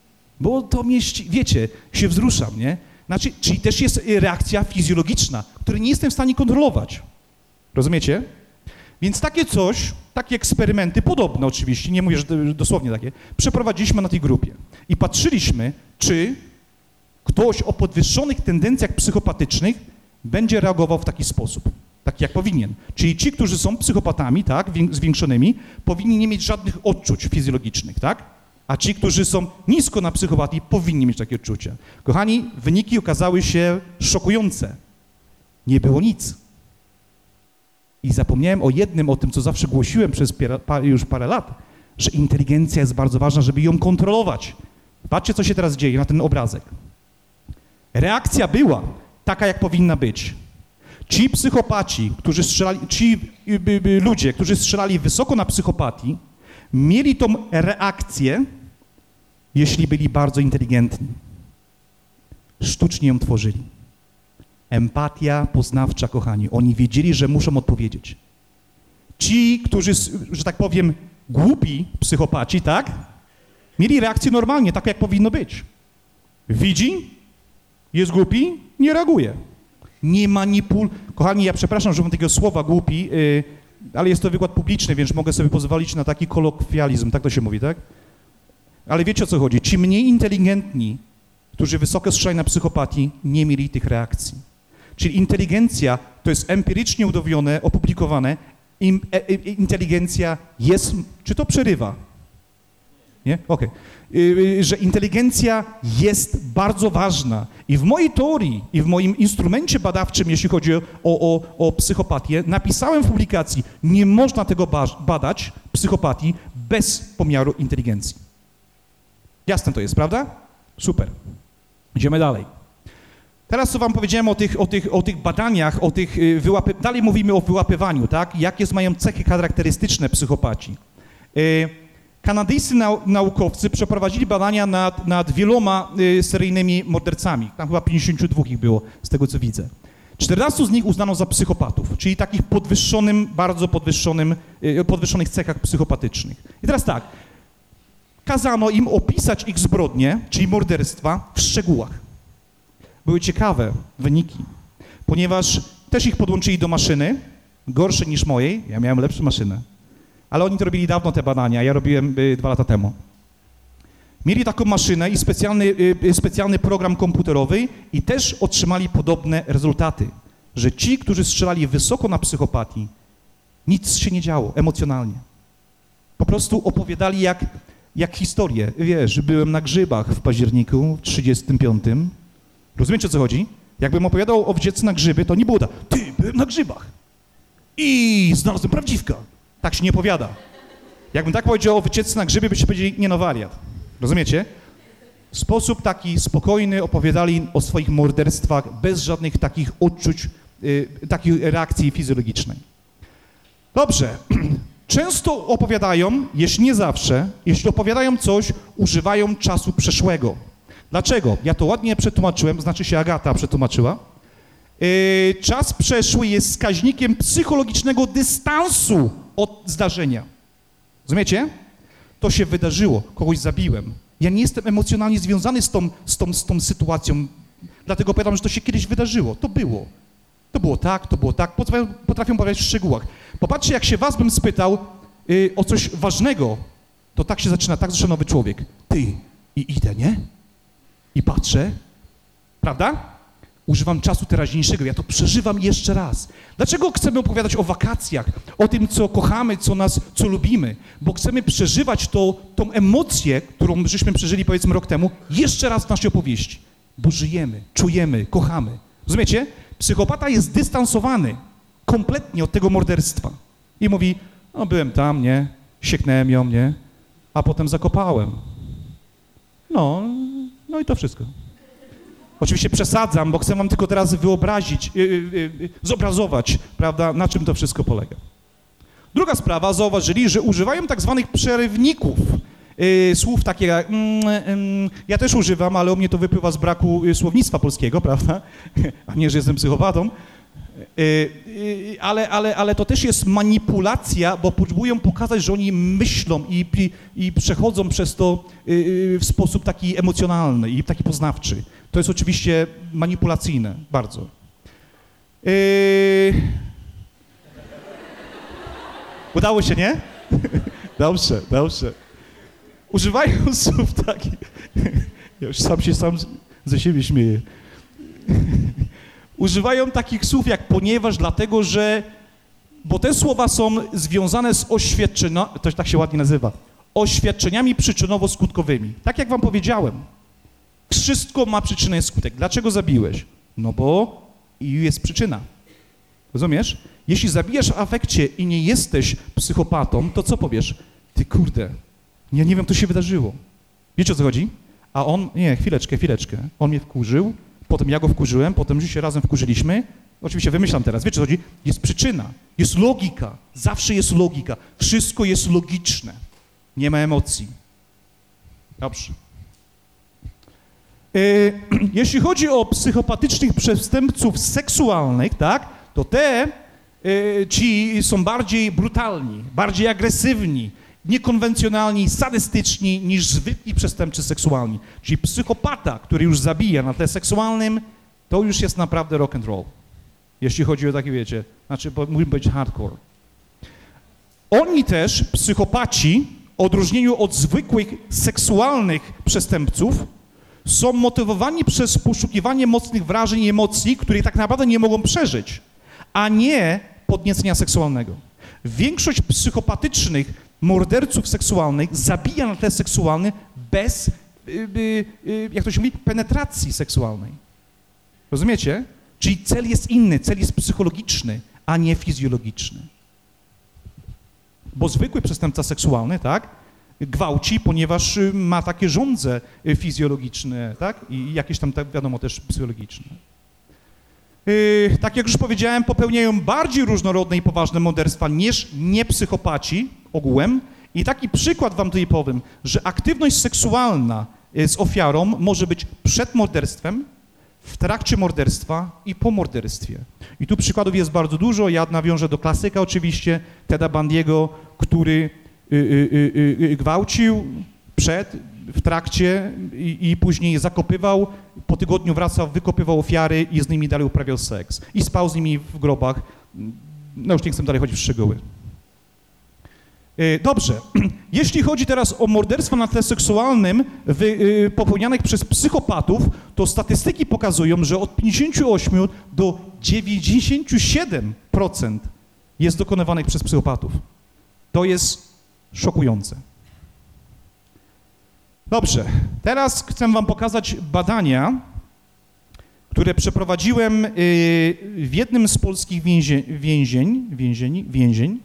Bo to mnie, wiecie, się wzruszam, nie? Znaczy, czyli też jest reakcja fizjologiczna, której nie jestem w stanie kontrolować. Rozumiecie? Więc takie coś, takie eksperymenty, podobne oczywiście, nie mówię, że dosłownie takie, przeprowadziliśmy na tej grupie i patrzyliśmy, czy ktoś o podwyższonych tendencjach psychopatycznych będzie reagował w taki sposób, tak jak powinien. Czyli ci, którzy są psychopatami, tak, zwiększonymi, powinni nie mieć żadnych odczuć fizjologicznych, tak? A ci, którzy są nisko na psychopatii, powinni mieć takie odczucia. Kochani, wyniki okazały się szokujące. Nie było nic. I zapomniałem o jednym, o tym, co zawsze głosiłem przez już parę lat, że inteligencja jest bardzo ważna, żeby ją kontrolować. Patrzcie, co się teraz dzieje na ten obrazek. Reakcja była taka, jak powinna być. Ci psychopaci, którzy strzelali, ci y, y, y, ludzie, którzy strzelali wysoko na psychopatii, mieli tą reakcję, jeśli byli bardzo inteligentni. Sztucznie ją tworzyli. Empatia poznawcza, kochani. Oni wiedzieli, że muszą odpowiedzieć. Ci, którzy, że tak powiem, głupi psychopaci, tak? Mieli reakcję normalnie, tak jak powinno być. Widzi, jest głupi, nie reaguje. Nie manipul... Kochani, ja przepraszam, że mam takiego słowa głupi, yy, ale jest to wykład publiczny, więc mogę sobie pozwolić na taki kolokwializm, tak to się mówi, tak? Ale wiecie, o co chodzi? Ci mniej inteligentni, którzy wysoko strzelają na psychopatii, nie mieli tych reakcji. Czyli inteligencja, to jest empirycznie udowodnione, opublikowane, im, e, e, inteligencja jest, czy to przerywa? Nie? Okej. Okay. Że inteligencja jest bardzo ważna i w mojej teorii i w moim instrumencie badawczym, jeśli chodzi o, o, o psychopatię, napisałem w publikacji, nie można tego badać, psychopatii, bez pomiaru inteligencji. Jasne to jest, prawda? Super. Idziemy dalej. Teraz co wam powiedziałem o tych, o tych, o tych badaniach, o tych wyłapy... Dalej mówimy o wyłapywaniu, tak? Jakie mają cechy charakterystyczne psychopaci. Yy, Kanadyjscy nau naukowcy przeprowadzili badania nad, nad wieloma y, seryjnymi mordercami. Tam chyba pięćdziesięciu dwóch ich było, z tego co widzę. czternastu z nich uznano za psychopatów, czyli takich podwyższonym, bardzo podwyższonym, y, podwyższonych cechach psychopatycznych. I teraz tak, kazano im opisać ich zbrodnie, czyli morderstwa, w szczegółach. Były ciekawe wyniki, ponieważ też ich podłączyli do maszyny, gorszej niż mojej, ja miałem lepszą maszynę. Ale oni to robili dawno, te badania, ja robiłem y, dwa lata temu. Mieli taką maszynę i specjalny, y, specjalny program komputerowy i też otrzymali podobne rezultaty, że ci, którzy strzelali wysoko na psychopatii, nic się nie działo emocjonalnie. Po prostu opowiadali jak, jak historię. Wiesz, byłem na grzybach w październiku trzydziestym piątym. Rozumiecie, o co chodzi? Jakbym opowiadał o wdziece na grzyby, to nie było tak, ty, byłem na grzybach i znalazłem prawdziwka. Tak się nie opowiada. Jakbym tak powiedział o wycieczce na grzyby, byście powiedzieli, nie no wariat. Rozumiecie? W sposób taki spokojny opowiadali o swoich morderstwach bez żadnych takich odczuć, y, takiej reakcji fizjologicznej. Dobrze. Często opowiadają, jeśli nie zawsze, jeśli opowiadają coś, używają czasu przeszłego. Dlaczego? Ja to ładnie przetłumaczyłem, znaczy się Agata przetłumaczyła. Yy, czas przeszły jest wskaźnikiem psychologicznego dystansu od zdarzenia. Rozumiecie? To się wydarzyło, kogoś zabiłem. Ja nie jestem emocjonalnie związany z tą, z tą, z tą sytuacją, dlatego powiadam, że to się kiedyś wydarzyło. To było. To było tak, to było tak. Potrafią, potrafią powiedzieć w szczegółach. Popatrzcie, jak się was bym spytał yy, o coś ważnego, to tak się zaczyna, tak zaczyna nowy człowiek. Ty, i idę, nie? I patrzę, prawda? Używam czasu teraźniejszego, ja to przeżywam jeszcze raz. Dlaczego chcemy opowiadać o wakacjach, o tym, co kochamy, co nas, co lubimy? Bo chcemy przeżywać to, tą emocję, którą żeśmy przeżyli, powiedzmy, rok temu, jeszcze raz w naszej opowieści. Bo żyjemy, czujemy, kochamy. Rozumiecie? Psychopata jest dystansowany kompletnie od tego morderstwa. I mówi, no byłem tam, nie? Sieknąłem ją, nie? A potem zakopałem. No, no i to wszystko. Oczywiście przesadzam, bo chcę wam tylko teraz wyobrazić, yy, yy, yy, zobrazować, prawda, na czym to wszystko polega. Druga sprawa, zauważyli, że używają tak zwanych przerywników, yy, słów takie jak, mm, yy, ja też używam, ale u mnie to wypływa z braku yy, słownictwa polskiego, prawda, a nie, że jestem psychopatą, yy, yy, ale, ale, ale to też jest manipulacja, bo próbują pokazać, że oni myślą i, i, i przechodzą przez to yy, w sposób taki emocjonalny i taki poznawczy. To jest oczywiście manipulacyjne, bardzo. Yy... Udało się, nie? Dobrze, dobrze. Używają słów takich... Ja już sam się sam ze siebie śmieję. Używają takich słów jak ponieważ, dlatego, że... Bo te słowa są związane z oświadczeniami, to tak się ładnie nazywa, oświadczeniami przyczynowo-skutkowymi. Tak jak wam powiedziałem. Wszystko ma przyczynę i skutek. Dlaczego zabiłeś? No bo jest przyczyna. Rozumiesz? Jeśli zabijasz w afekcie i nie jesteś psychopatą, to co powiesz? Ty kurde, ja nie wiem, co się wydarzyło. Wiecie, o co chodzi? A on, nie, chwileczkę, chwileczkę. On mnie wkurzył, potem ja go wkurzyłem, potem się razem wkurzyliśmy oczywiście wymyślam teraz, wiecie co chodzi? Jest przyczyna, jest logika, zawsze jest logika, wszystko jest logiczne, nie ma emocji. Dobrze. Yy, jeśli chodzi o psychopatycznych przestępców seksualnych, tak, to te yy, ci są bardziej brutalni, bardziej agresywni, niekonwencjonalni, sadystyczni niż zwykli przestępcy seksualni. Czyli psychopata, który już zabija na tle seksualnym, to już jest naprawdę rock and roll. Jeśli chodzi o takie, wiecie, znaczy, bo mógłby być hardcore. Oni też, psychopaci, w odróżnieniu od zwykłych seksualnych przestępców, są motywowani przez poszukiwanie mocnych wrażeń i emocji, których tak naprawdę nie mogą przeżyć, a nie podniecenia seksualnego. Większość psychopatycznych morderców seksualnych zabija na tle seksualnym bez, yy, yy, jak to się mówi, penetracji seksualnej. Rozumiecie? Czyli cel jest inny, cel jest psychologiczny, a nie fizjologiczny. Bo zwykły przestępca seksualny, tak, gwałci, ponieważ ma takie żądze fizjologiczne, tak, i jakieś tam, tak, wiadomo, też psychologiczne. Yy, tak jak już powiedziałem, popełniają bardziej różnorodne i poważne morderstwa niż niepsychopaci ogółem. I taki przykład wam tutaj powiem, że aktywność seksualna z ofiarą może być przed morderstwem, w trakcie morderstwa i po morderstwie. I tu przykładów jest bardzo dużo. Ja nawiążę do klasyka oczywiście, Teda Bundy'ego, który y, y, y, y, gwałcił przed, w trakcie i, i później zakopywał, po tygodniu wracał, wykopywał ofiary i z nimi dalej uprawiał seks. I spał z nimi w grobach. No już nie chcę dalej chodzić w szczegóły. Dobrze, jeśli chodzi teraz o morderstwa na tle seksualnym wy, popełnianych przez psychopatów, to statystyki pokazują, że od pięćdziesięciu ośmiu do dziewięćdziesięciu siedmiu procent jest dokonywanych przez psychopatów. To jest szokujące. Dobrze, teraz chcę wam pokazać badania, które przeprowadziłem w jednym z polskich więzień, więzień, więzień, więzień.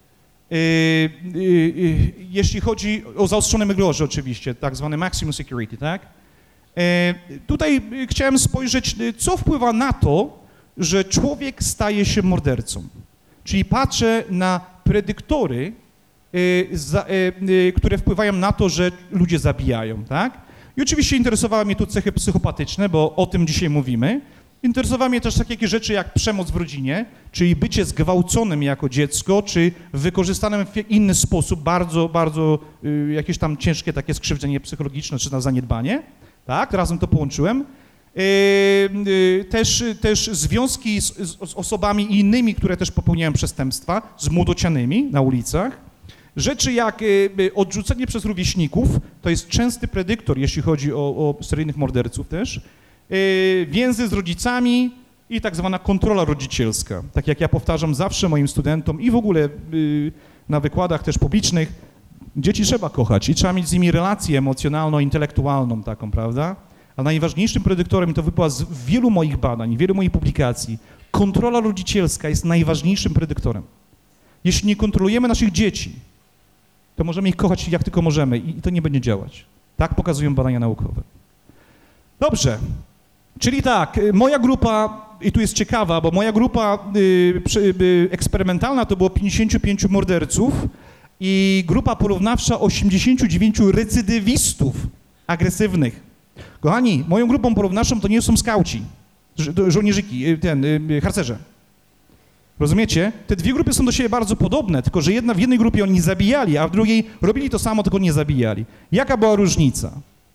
Yy, yy, jeśli chodzi o zaostrzone rygorze oczywiście, tak zwane maximum security, tak? Yy, tutaj chciałem spojrzeć, co wpływa na to, że człowiek staje się mordercą. Czyli patrzę na predyktory, yy, za, yy, które wpływają na to, że ludzie zabijają, tak? I oczywiście interesowały mnie tu cechy psychopatyczne, bo o tym dzisiaj mówimy. Interesowały mnie też takie rzeczy jak przemoc w rodzinie, czyli bycie zgwałconym jako dziecko, czy wykorzystanym w inny sposób, bardzo, bardzo y, jakieś tam ciężkie takie skrzywdzenie psychologiczne, czy na zaniedbanie, tak, razem to połączyłem. Y, y, też, też związki z, z, z osobami innymi, które też popełniają przestępstwa, z młodocianymi na ulicach. Rzeczy jak y, y, odrzucenie przez rówieśników, to jest częsty predyktor, jeśli chodzi o, o seryjnych morderców też. Yy, więzy z rodzicami i tak zwana kontrola rodzicielska. Tak jak ja powtarzam zawsze moim studentom i w ogóle yy, na wykładach też publicznych, dzieci trzeba kochać i trzeba mieć z nimi relację emocjonalno-intelektualną taką, prawda? A najważniejszym predyktorem, to wypływa z wielu moich badań, wielu moich publikacji, kontrola rodzicielska jest najważniejszym predyktorem. Jeśli nie kontrolujemy naszych dzieci, to możemy ich kochać jak tylko możemy i to nie będzie działać. Tak pokazują badania naukowe. Dobrze. Czyli tak, moja grupa, i tu jest ciekawa, bo moja grupa y, y, eksperymentalna to było pięćdziesięciu pięciu morderców i grupa porównawcza osiemdziesięciu dziewięciu recydywistów agresywnych. Kochani, moją grupą porównawczą to nie są skauci, żo żołnierzyki, ten, y, harcerze. Rozumiecie? Te dwie grupy są do siebie bardzo podobne, tylko że jedna w jednej grupie oni zabijali, a w drugiej robili to samo, tylko nie zabijali. Jaka była różnica?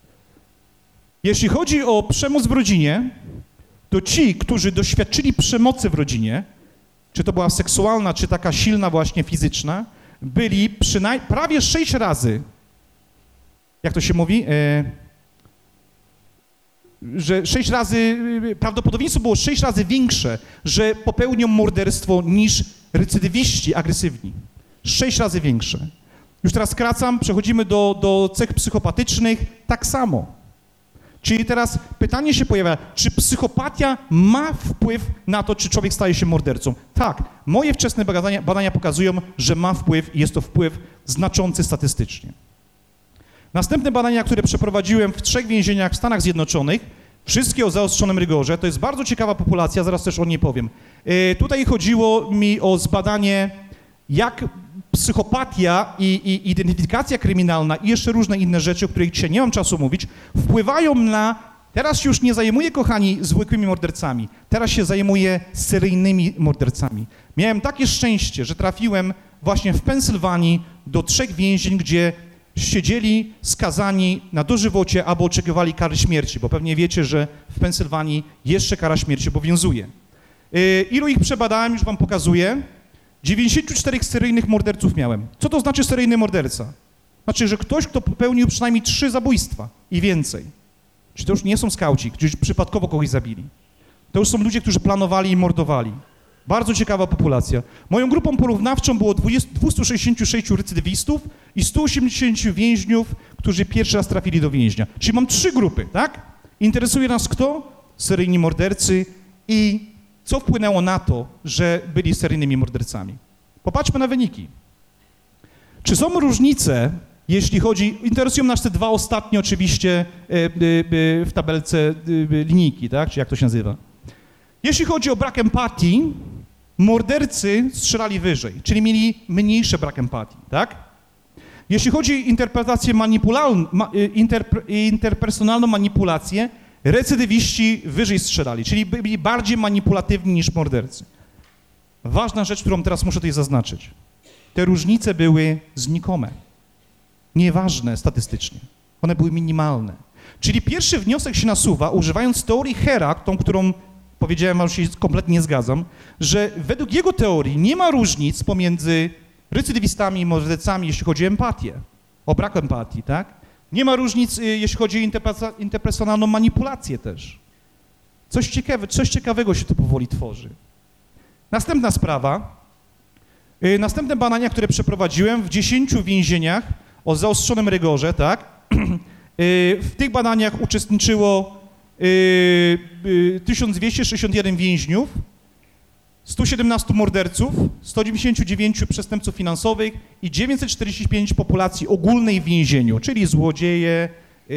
Jeśli chodzi o przemoc w rodzinie, to ci, którzy doświadczyli przemocy w rodzinie, czy to była seksualna, czy taka silna właśnie fizyczna, byli przynajmniej prawie sześć razy, jak to się mówi, e, że sześć razy, prawdopodobieństwo było sześć razy większe, że popełnią morderstwo niż recydywiści agresywni. Sześć razy większe. Już teraz skracam, przechodzimy do, do cech psychopatycznych, tak samo. Czyli teraz pytanie się pojawia, czy psychopatia ma wpływ na to, czy człowiek staje się mordercą? Tak, moje wczesne badania, badania pokazują, że ma wpływ i jest to wpływ znaczący statystycznie. Następne badania, które przeprowadziłem w trzech więzieniach w Stanach Zjednoczonych, Wszystkie o zaostrzonym rygorze. To jest bardzo ciekawa populacja, zaraz też o niej powiem. Yy, tutaj chodziło mi o zbadanie, jak psychopatia i, i identyfikacja kryminalna i jeszcze różne inne rzeczy, o których dzisiaj nie mam czasu mówić, wpływają na... Teraz się już nie zajmuję, kochani, zwykłymi mordercami. Teraz się zajmuję seryjnymi mordercami. Miałem takie szczęście, że trafiłem właśnie w Pensylwanii do trzech więzień, gdzie siedzieli skazani na dożywocie albo oczekiwali kary śmierci, bo pewnie wiecie, że w Pensylwanii jeszcze kara śmierci obowiązuje. Yy, ilu ich przebadałem, już wam pokazuję. dziewięćdziesięciu czterech seryjnych morderców miałem. Co to znaczy seryjny morderca? Znaczy, że ktoś, kto popełnił przynajmniej trzy zabójstwa i więcej. Czyli to już nie są skauci, którzy przypadkowo kogoś zabili. To już są ludzie, którzy planowali i mordowali. Bardzo ciekawa populacja. Moją grupą porównawczą było dwieście sześćdziesiąt sześć recydywistów i sto osiemdziesiąt więźniów, którzy pierwszy raz trafili do więźnia. Czyli mam trzy grupy, tak? Interesuje nas kto? Seryjni mordercy i co wpłynęło na to, że byli seryjnymi mordercami. Popatrzmy na wyniki. Czy są różnice, jeśli chodzi, interesują nas te dwa ostatnie oczywiście w tabelce linijki, tak? Czy jak to się nazywa? Jeśli chodzi o brak empatii, mordercy strzelali wyżej, czyli mieli mniejszy brak empatii, tak? Jeśli chodzi o interpretację manipulalną, interp, interpersonalną manipulację, recydywiści wyżej strzelali, czyli byli bardziej manipulatywni niż mordercy. Ważna rzecz, którą teraz muszę tutaj zaznaczyć. Te różnice były znikome. Nieważne statystycznie. One były minimalne. Czyli pierwszy wniosek się nasuwa, używając teorii Hera, tą, którą powiedziałem wam, że się kompletnie nie zgadzam, że według jego teorii nie ma różnic pomiędzy recydywistami i mordercami, jeśli chodzi o empatię, o brak empatii, tak? Nie ma różnic, jeśli chodzi o interpersonalną manipulację też. Coś ciekawe, coś ciekawego się tu powoli tworzy. Następna sprawa. Następne badania, które przeprowadziłem w dziesięciu więzieniach o zaostrzonym rygorze, tak? W tych badaniach uczestniczyło tysiąc dwieście sześćdziesiąt jeden więźniów, sto siedemnastu morderców, sto dziewięćdziesiąt dziewięć przestępców finansowych i dziewięćset czterdzieści pięć populacji ogólnej w więzieniu, czyli złodzieje,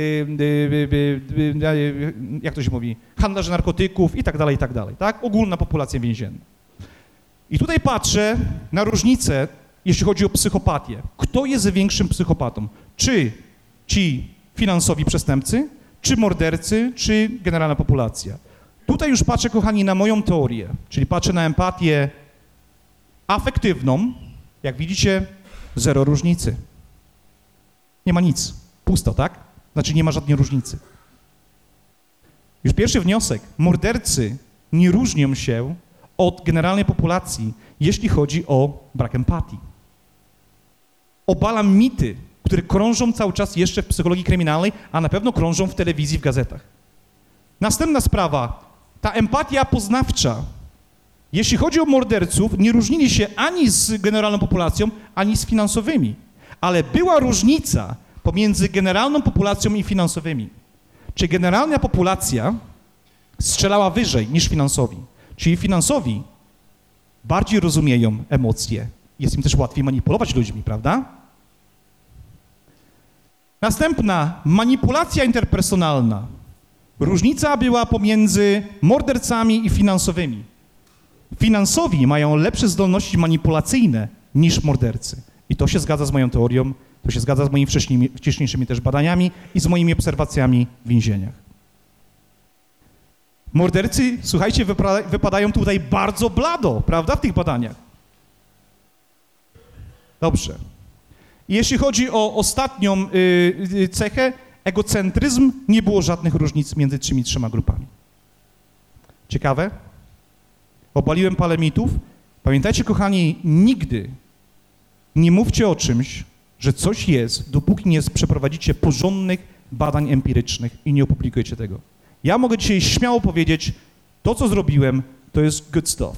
jak to się mówi, handlarze narkotyków i tak dalej, i tak dalej, tak? Ogólna populacja więzienna. I tutaj patrzę na różnicę, jeśli chodzi o psychopatię. Kto jest większym psychopatą? Czy ci finansowi przestępcy, czy mordercy, czy generalna populacja? Tutaj już patrzę, kochani, na moją teorię, czyli patrzę na empatię afektywną. Jak widzicie, zero różnicy. Nie ma nic. Pusto, tak? Znaczy nie ma żadnej różnicy. Już pierwszy wniosek. Mordercy nie różnią się od generalnej populacji, jeśli chodzi o brak empatii. Obalam mity, które krążą cały czas jeszcze w psychologii kryminalnej, a na pewno krążą w telewizji, w gazetach. Następna sprawa, ta empatia poznawcza. Jeśli chodzi o morderców, nie różnili się ani z generalną populacją, ani z finansowymi, ale była różnica pomiędzy generalną populacją i finansowymi. Czy generalna populacja strzelała wyżej niż finansowi, czyli finansowi bardziej rozumieją emocje, jest im też łatwiej manipulować ludźmi, prawda? Następna, manipulacja interpersonalna. Różnica była pomiędzy mordercami i finansowymi. Finansowi mają lepsze zdolności manipulacyjne niż mordercy. I to się zgadza z moją teorią, to się zgadza z moimi wcześniejszymi, wcześniejszymi też badaniami i z moimi obserwacjami w więzieniach. Mordercy, słuchajcie, wypada, wypadają tutaj bardzo blado, prawda, w tych badaniach. Dobrze. Jeśli chodzi o ostatnią y, cechę, egocentryzm, nie było żadnych różnic między tymi trzema grupami. Ciekawe? Obaliłem parę mitów. Pamiętajcie, kochani, nigdy nie mówcie o czymś, że coś jest, dopóki nie przeprowadzicie porządnych badań empirycznych i nie opublikujecie tego. Ja mogę dzisiaj śmiało powiedzieć, to co zrobiłem, to jest good stuff.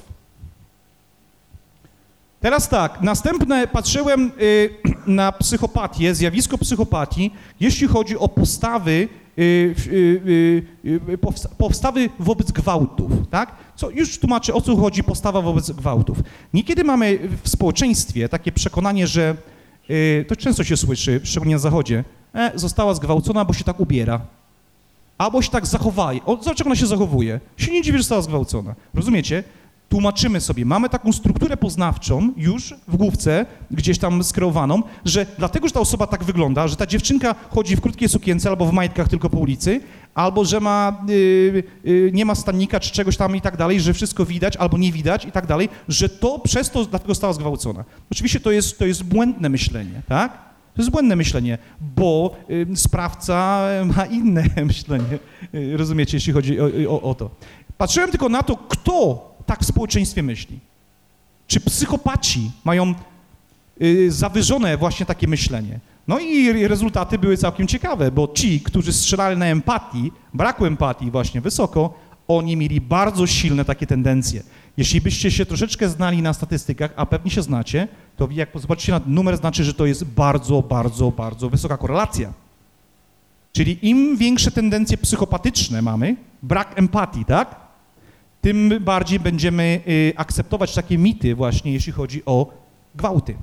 Teraz tak, następne patrzyłem y, na psychopatię, zjawisko psychopatii, jeśli chodzi o postawy, y, y, y, powsta postawy wobec gwałtów, tak? Co już tłumaczę, o co chodzi postawa wobec gwałtów. Niekiedy mamy w społeczeństwie takie przekonanie, że y, to często się słyszy, szczególnie na Zachodzie, e, została zgwałcona, bo się tak ubiera. albo się tak zachowuje. O, dlaczego ona się zachowuje? Się nie dziwi, że została zgwałcona. Rozumiecie? Tłumaczymy sobie, mamy taką strukturę poznawczą już w główce, gdzieś tam skreowaną, że dlatego, że ta osoba tak wygląda, że ta dziewczynka chodzi w krótkiej sukience albo w majtkach tylko po ulicy, albo że ma, yy, yy, nie ma stanika czy czegoś tam i tak dalej, że wszystko widać albo nie widać i tak dalej, że to przez to dlatego została zgwałcona. Oczywiście to jest, to jest błędne myślenie, tak? To jest błędne myślenie, bo y, sprawca ma inne myślenie, y, rozumiecie, jeśli chodzi o, o, o to. Patrzyłem tylko na to, kto tak w społeczeństwie myśli. Czy psychopaci mają y, zawyżone właśnie takie myślenie? No i rezultaty były całkiem ciekawe, bo ci, którzy strzelali na empatii, braku empatii właśnie wysoko, oni mieli bardzo silne takie tendencje. Jeśli byście się troszeczkę znali na statystykach, a pewnie się znacie, to jak zobaczycie na numer, znaczy, że to jest bardzo, bardzo, bardzo wysoka korelacja. Czyli im większe tendencje psychopatyczne mamy, brak empatii, tak? Tym bardziej będziemy y, akceptować takie mity właśnie, jeśli chodzi o gwałty.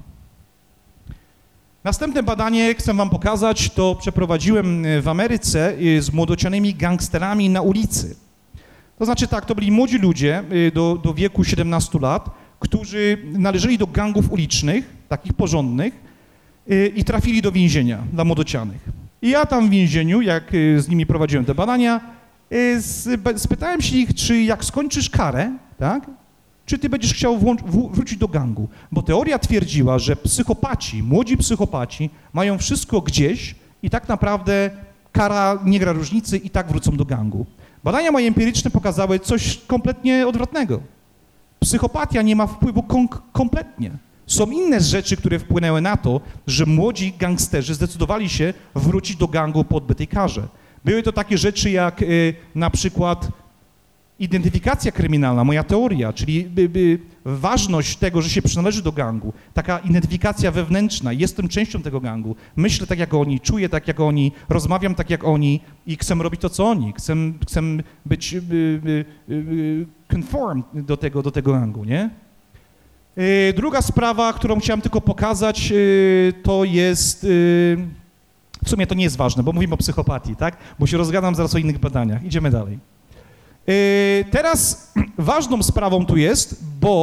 Następne badanie chcę wam pokazać, to przeprowadziłem w Ameryce y, z młodocianymi gangsterami na ulicy. To znaczy tak, to byli młodzi ludzie y, do, do wieku siedemnastu lat, którzy należeli do gangów ulicznych, takich porządnych, y, i trafili do więzienia dla młodocianych. I ja tam w więzieniu, jak y, z nimi prowadziłem te badania, spytałem się ich, czy jak skończysz karę, tak, czy ty będziesz chciał włącz, w, wrócić do gangu, bo teoria twierdziła, że psychopaci, młodzi psychopaci mają wszystko gdzieś i tak naprawdę kara nie gra różnicy i tak wrócą do gangu. Badania moje empiryczne pokazały coś kompletnie odwrotnego. Psychopatia nie ma wpływu kom kompletnie. Są inne rzeczy, które wpłynęły na to, że młodzi gangsterzy zdecydowali się wrócić do gangu po odbytej karze. Były to takie rzeczy jak y, na przykład identyfikacja kryminalna, moja teoria, czyli by, by ważność tego, że się przynależy do gangu, taka identyfikacja wewnętrzna, jestem częścią tego gangu, myślę tak jak oni, czuję tak jak oni, rozmawiam tak jak oni i chcę robić to, co oni, chcę, chcę być y, y, y, conform do tego, do tego gangu, nie? Y, druga sprawa, którą chciałem tylko pokazać, y, to jest... Y, W sumie to nie jest ważne, bo mówimy o psychopatii, tak? Bo się rozgadam zaraz o innych badaniach. Idziemy dalej. Yy, teraz ważną sprawą tu jest, bo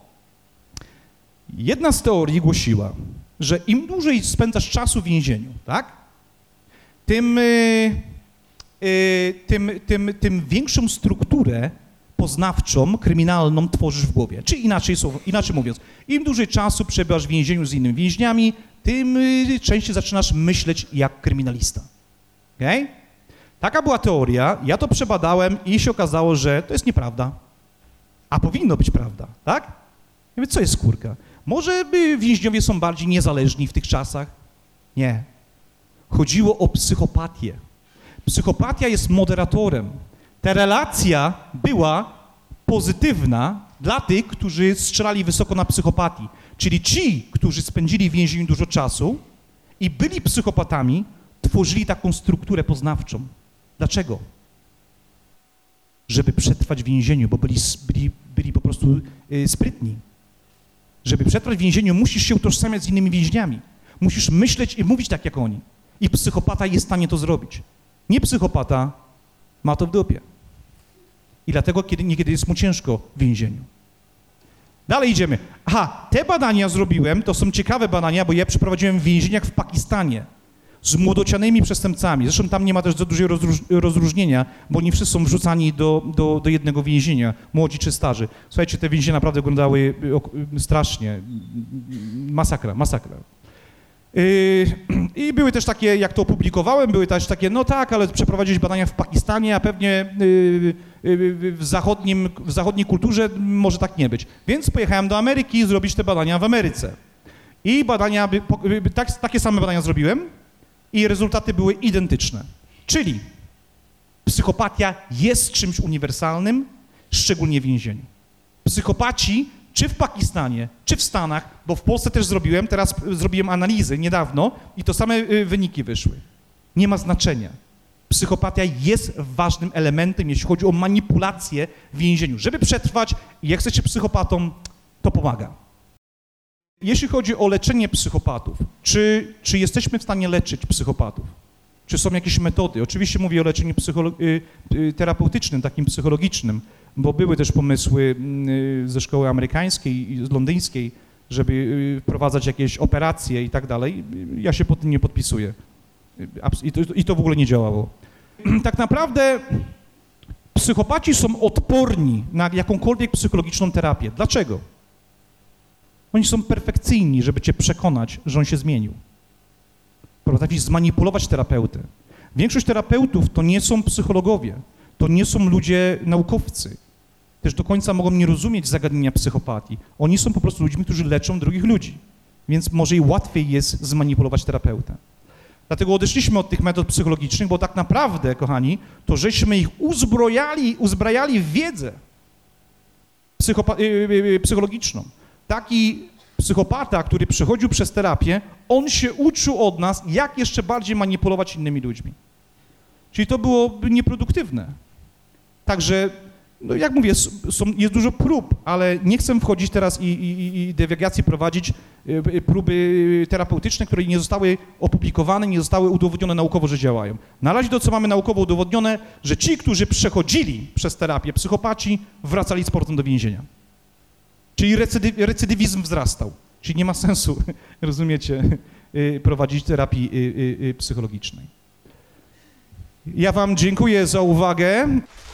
jedna z teorii głosiła, że im dłużej spędzasz czasu w więzieniu, tak? Tym, yy, yy, tym, tym, tym większą strukturę poznawczą, kryminalną tworzysz w głowie. Czy inaczej, inaczej mówiąc, im dłużej czasu przebywasz w więzieniu z innymi więźniami, tym częściej zaczynasz myśleć jak kryminalista. Okay? Taka była teoria, ja to przebadałem i się okazało, że to jest nieprawda. A powinno być prawda, tak? Ja mówię, co jest skórka? Może by więźniowie są bardziej niezależni w tych czasach? Nie. Chodziło o psychopatię. Psychopatia jest moderatorem. Ta relacja była pozytywna dla tych, którzy strzelali wysoko na psychopatii. Czyli ci, którzy spędzili w więzieniu dużo czasu i byli psychopatami, tworzyli taką strukturę poznawczą. Dlaczego? Żeby przetrwać w więzieniu, bo byli, byli, byli po prostu y, sprytni. Żeby przetrwać w więzieniu, musisz się utożsamiać z innymi więźniami. Musisz myśleć i mówić tak jak oni. I psychopata jest w stanie to zrobić. Nie psychopata ma to w dupie. I dlatego kiedy, niekiedy jest mu ciężko w więzieniu. Dalej idziemy. Aha, te badania zrobiłem, to są ciekawe badania, bo ja przeprowadziłem w więzieniach w Pakistanie z młodocianymi przestępcami. Zresztą tam nie ma też za dużego rozróż rozróżnienia, bo nie wszyscy są wrzucani do, do, do jednego więzienia, młodzi czy starzy. Słuchajcie, te więzienia naprawdę wyglądały strasznie. Masakra, masakra. I były też takie, jak to opublikowałem, były też takie, no tak, ale przeprowadzić badania w Pakistanie, a pewnie w, zachodnim, w zachodniej kulturze może tak nie być. Więc pojechałem do Ameryki zrobić te badania w Ameryce. I badania, tak, takie same badania zrobiłem i rezultaty były identyczne. Czyli psychopatia jest czymś uniwersalnym, szczególnie w więzieniu. Psychopaci czy w Pakistanie, czy w Stanach, bo w Polsce też zrobiłem, teraz zrobiłem analizy niedawno i to same wyniki wyszły. Nie ma znaczenia. Psychopatia jest ważnym elementem, jeśli chodzi o manipulację w więzieniu. Żeby przetrwać, jak jesteście psychopatą, to pomaga. Jeśli chodzi o leczenie psychopatów, czy, czy jesteśmy w stanie leczyć psychopatów? Czy są jakieś metody? Oczywiście mówię o leczeniu psycholo- y, y, terapeutycznym, takim psychologicznym, bo były też pomysły y, ze szkoły amerykańskiej i londyńskiej, żeby y, wprowadzać jakieś operacje i tak dalej. Ja się pod tym nie podpisuję. I to, I to w ogóle nie działało. Tak naprawdę psychopaci są odporni na jakąkolwiek psychologiczną terapię. Dlaczego? Oni są perfekcyjni, żeby cię przekonać, że on się zmienił. Potrafisz zmanipulować terapeutę. Większość terapeutów to nie są psychologowie, to nie są ludzie naukowcy. Też do końca mogą nie rozumieć zagadnienia psychopatii. Oni są po prostu ludźmi, którzy leczą drugich ludzi. Więc może i łatwiej jest zmanipulować terapeutę. Dlatego odeszliśmy od tych metod psychologicznych, bo tak naprawdę, kochani, to żeśmy ich uzbrojali, uzbrajali w wiedzę psychopa- yy, psychologiczną. Taki psychopata, który przechodził przez terapię, on się uczył od nas, jak jeszcze bardziej manipulować innymi ludźmi. Czyli to byłoby nieproduktywne. Także, no jak mówię, są, jest dużo prób, ale nie chcę wchodzić teraz i, i, i dywagacji prowadzić, próby terapeutyczne, które nie zostały opublikowane, nie zostały udowodnione naukowo, że działają. Na razie to, co mamy naukowo udowodnione, że ci, którzy przechodzili przez terapię, psychopaci, wracali z powrotem do więzienia. Czyli recydyw, recydywizm wzrastał. Czyli nie ma sensu, rozumiecie, prowadzić terapii psychologicznej. Ja wam dziękuję za uwagę.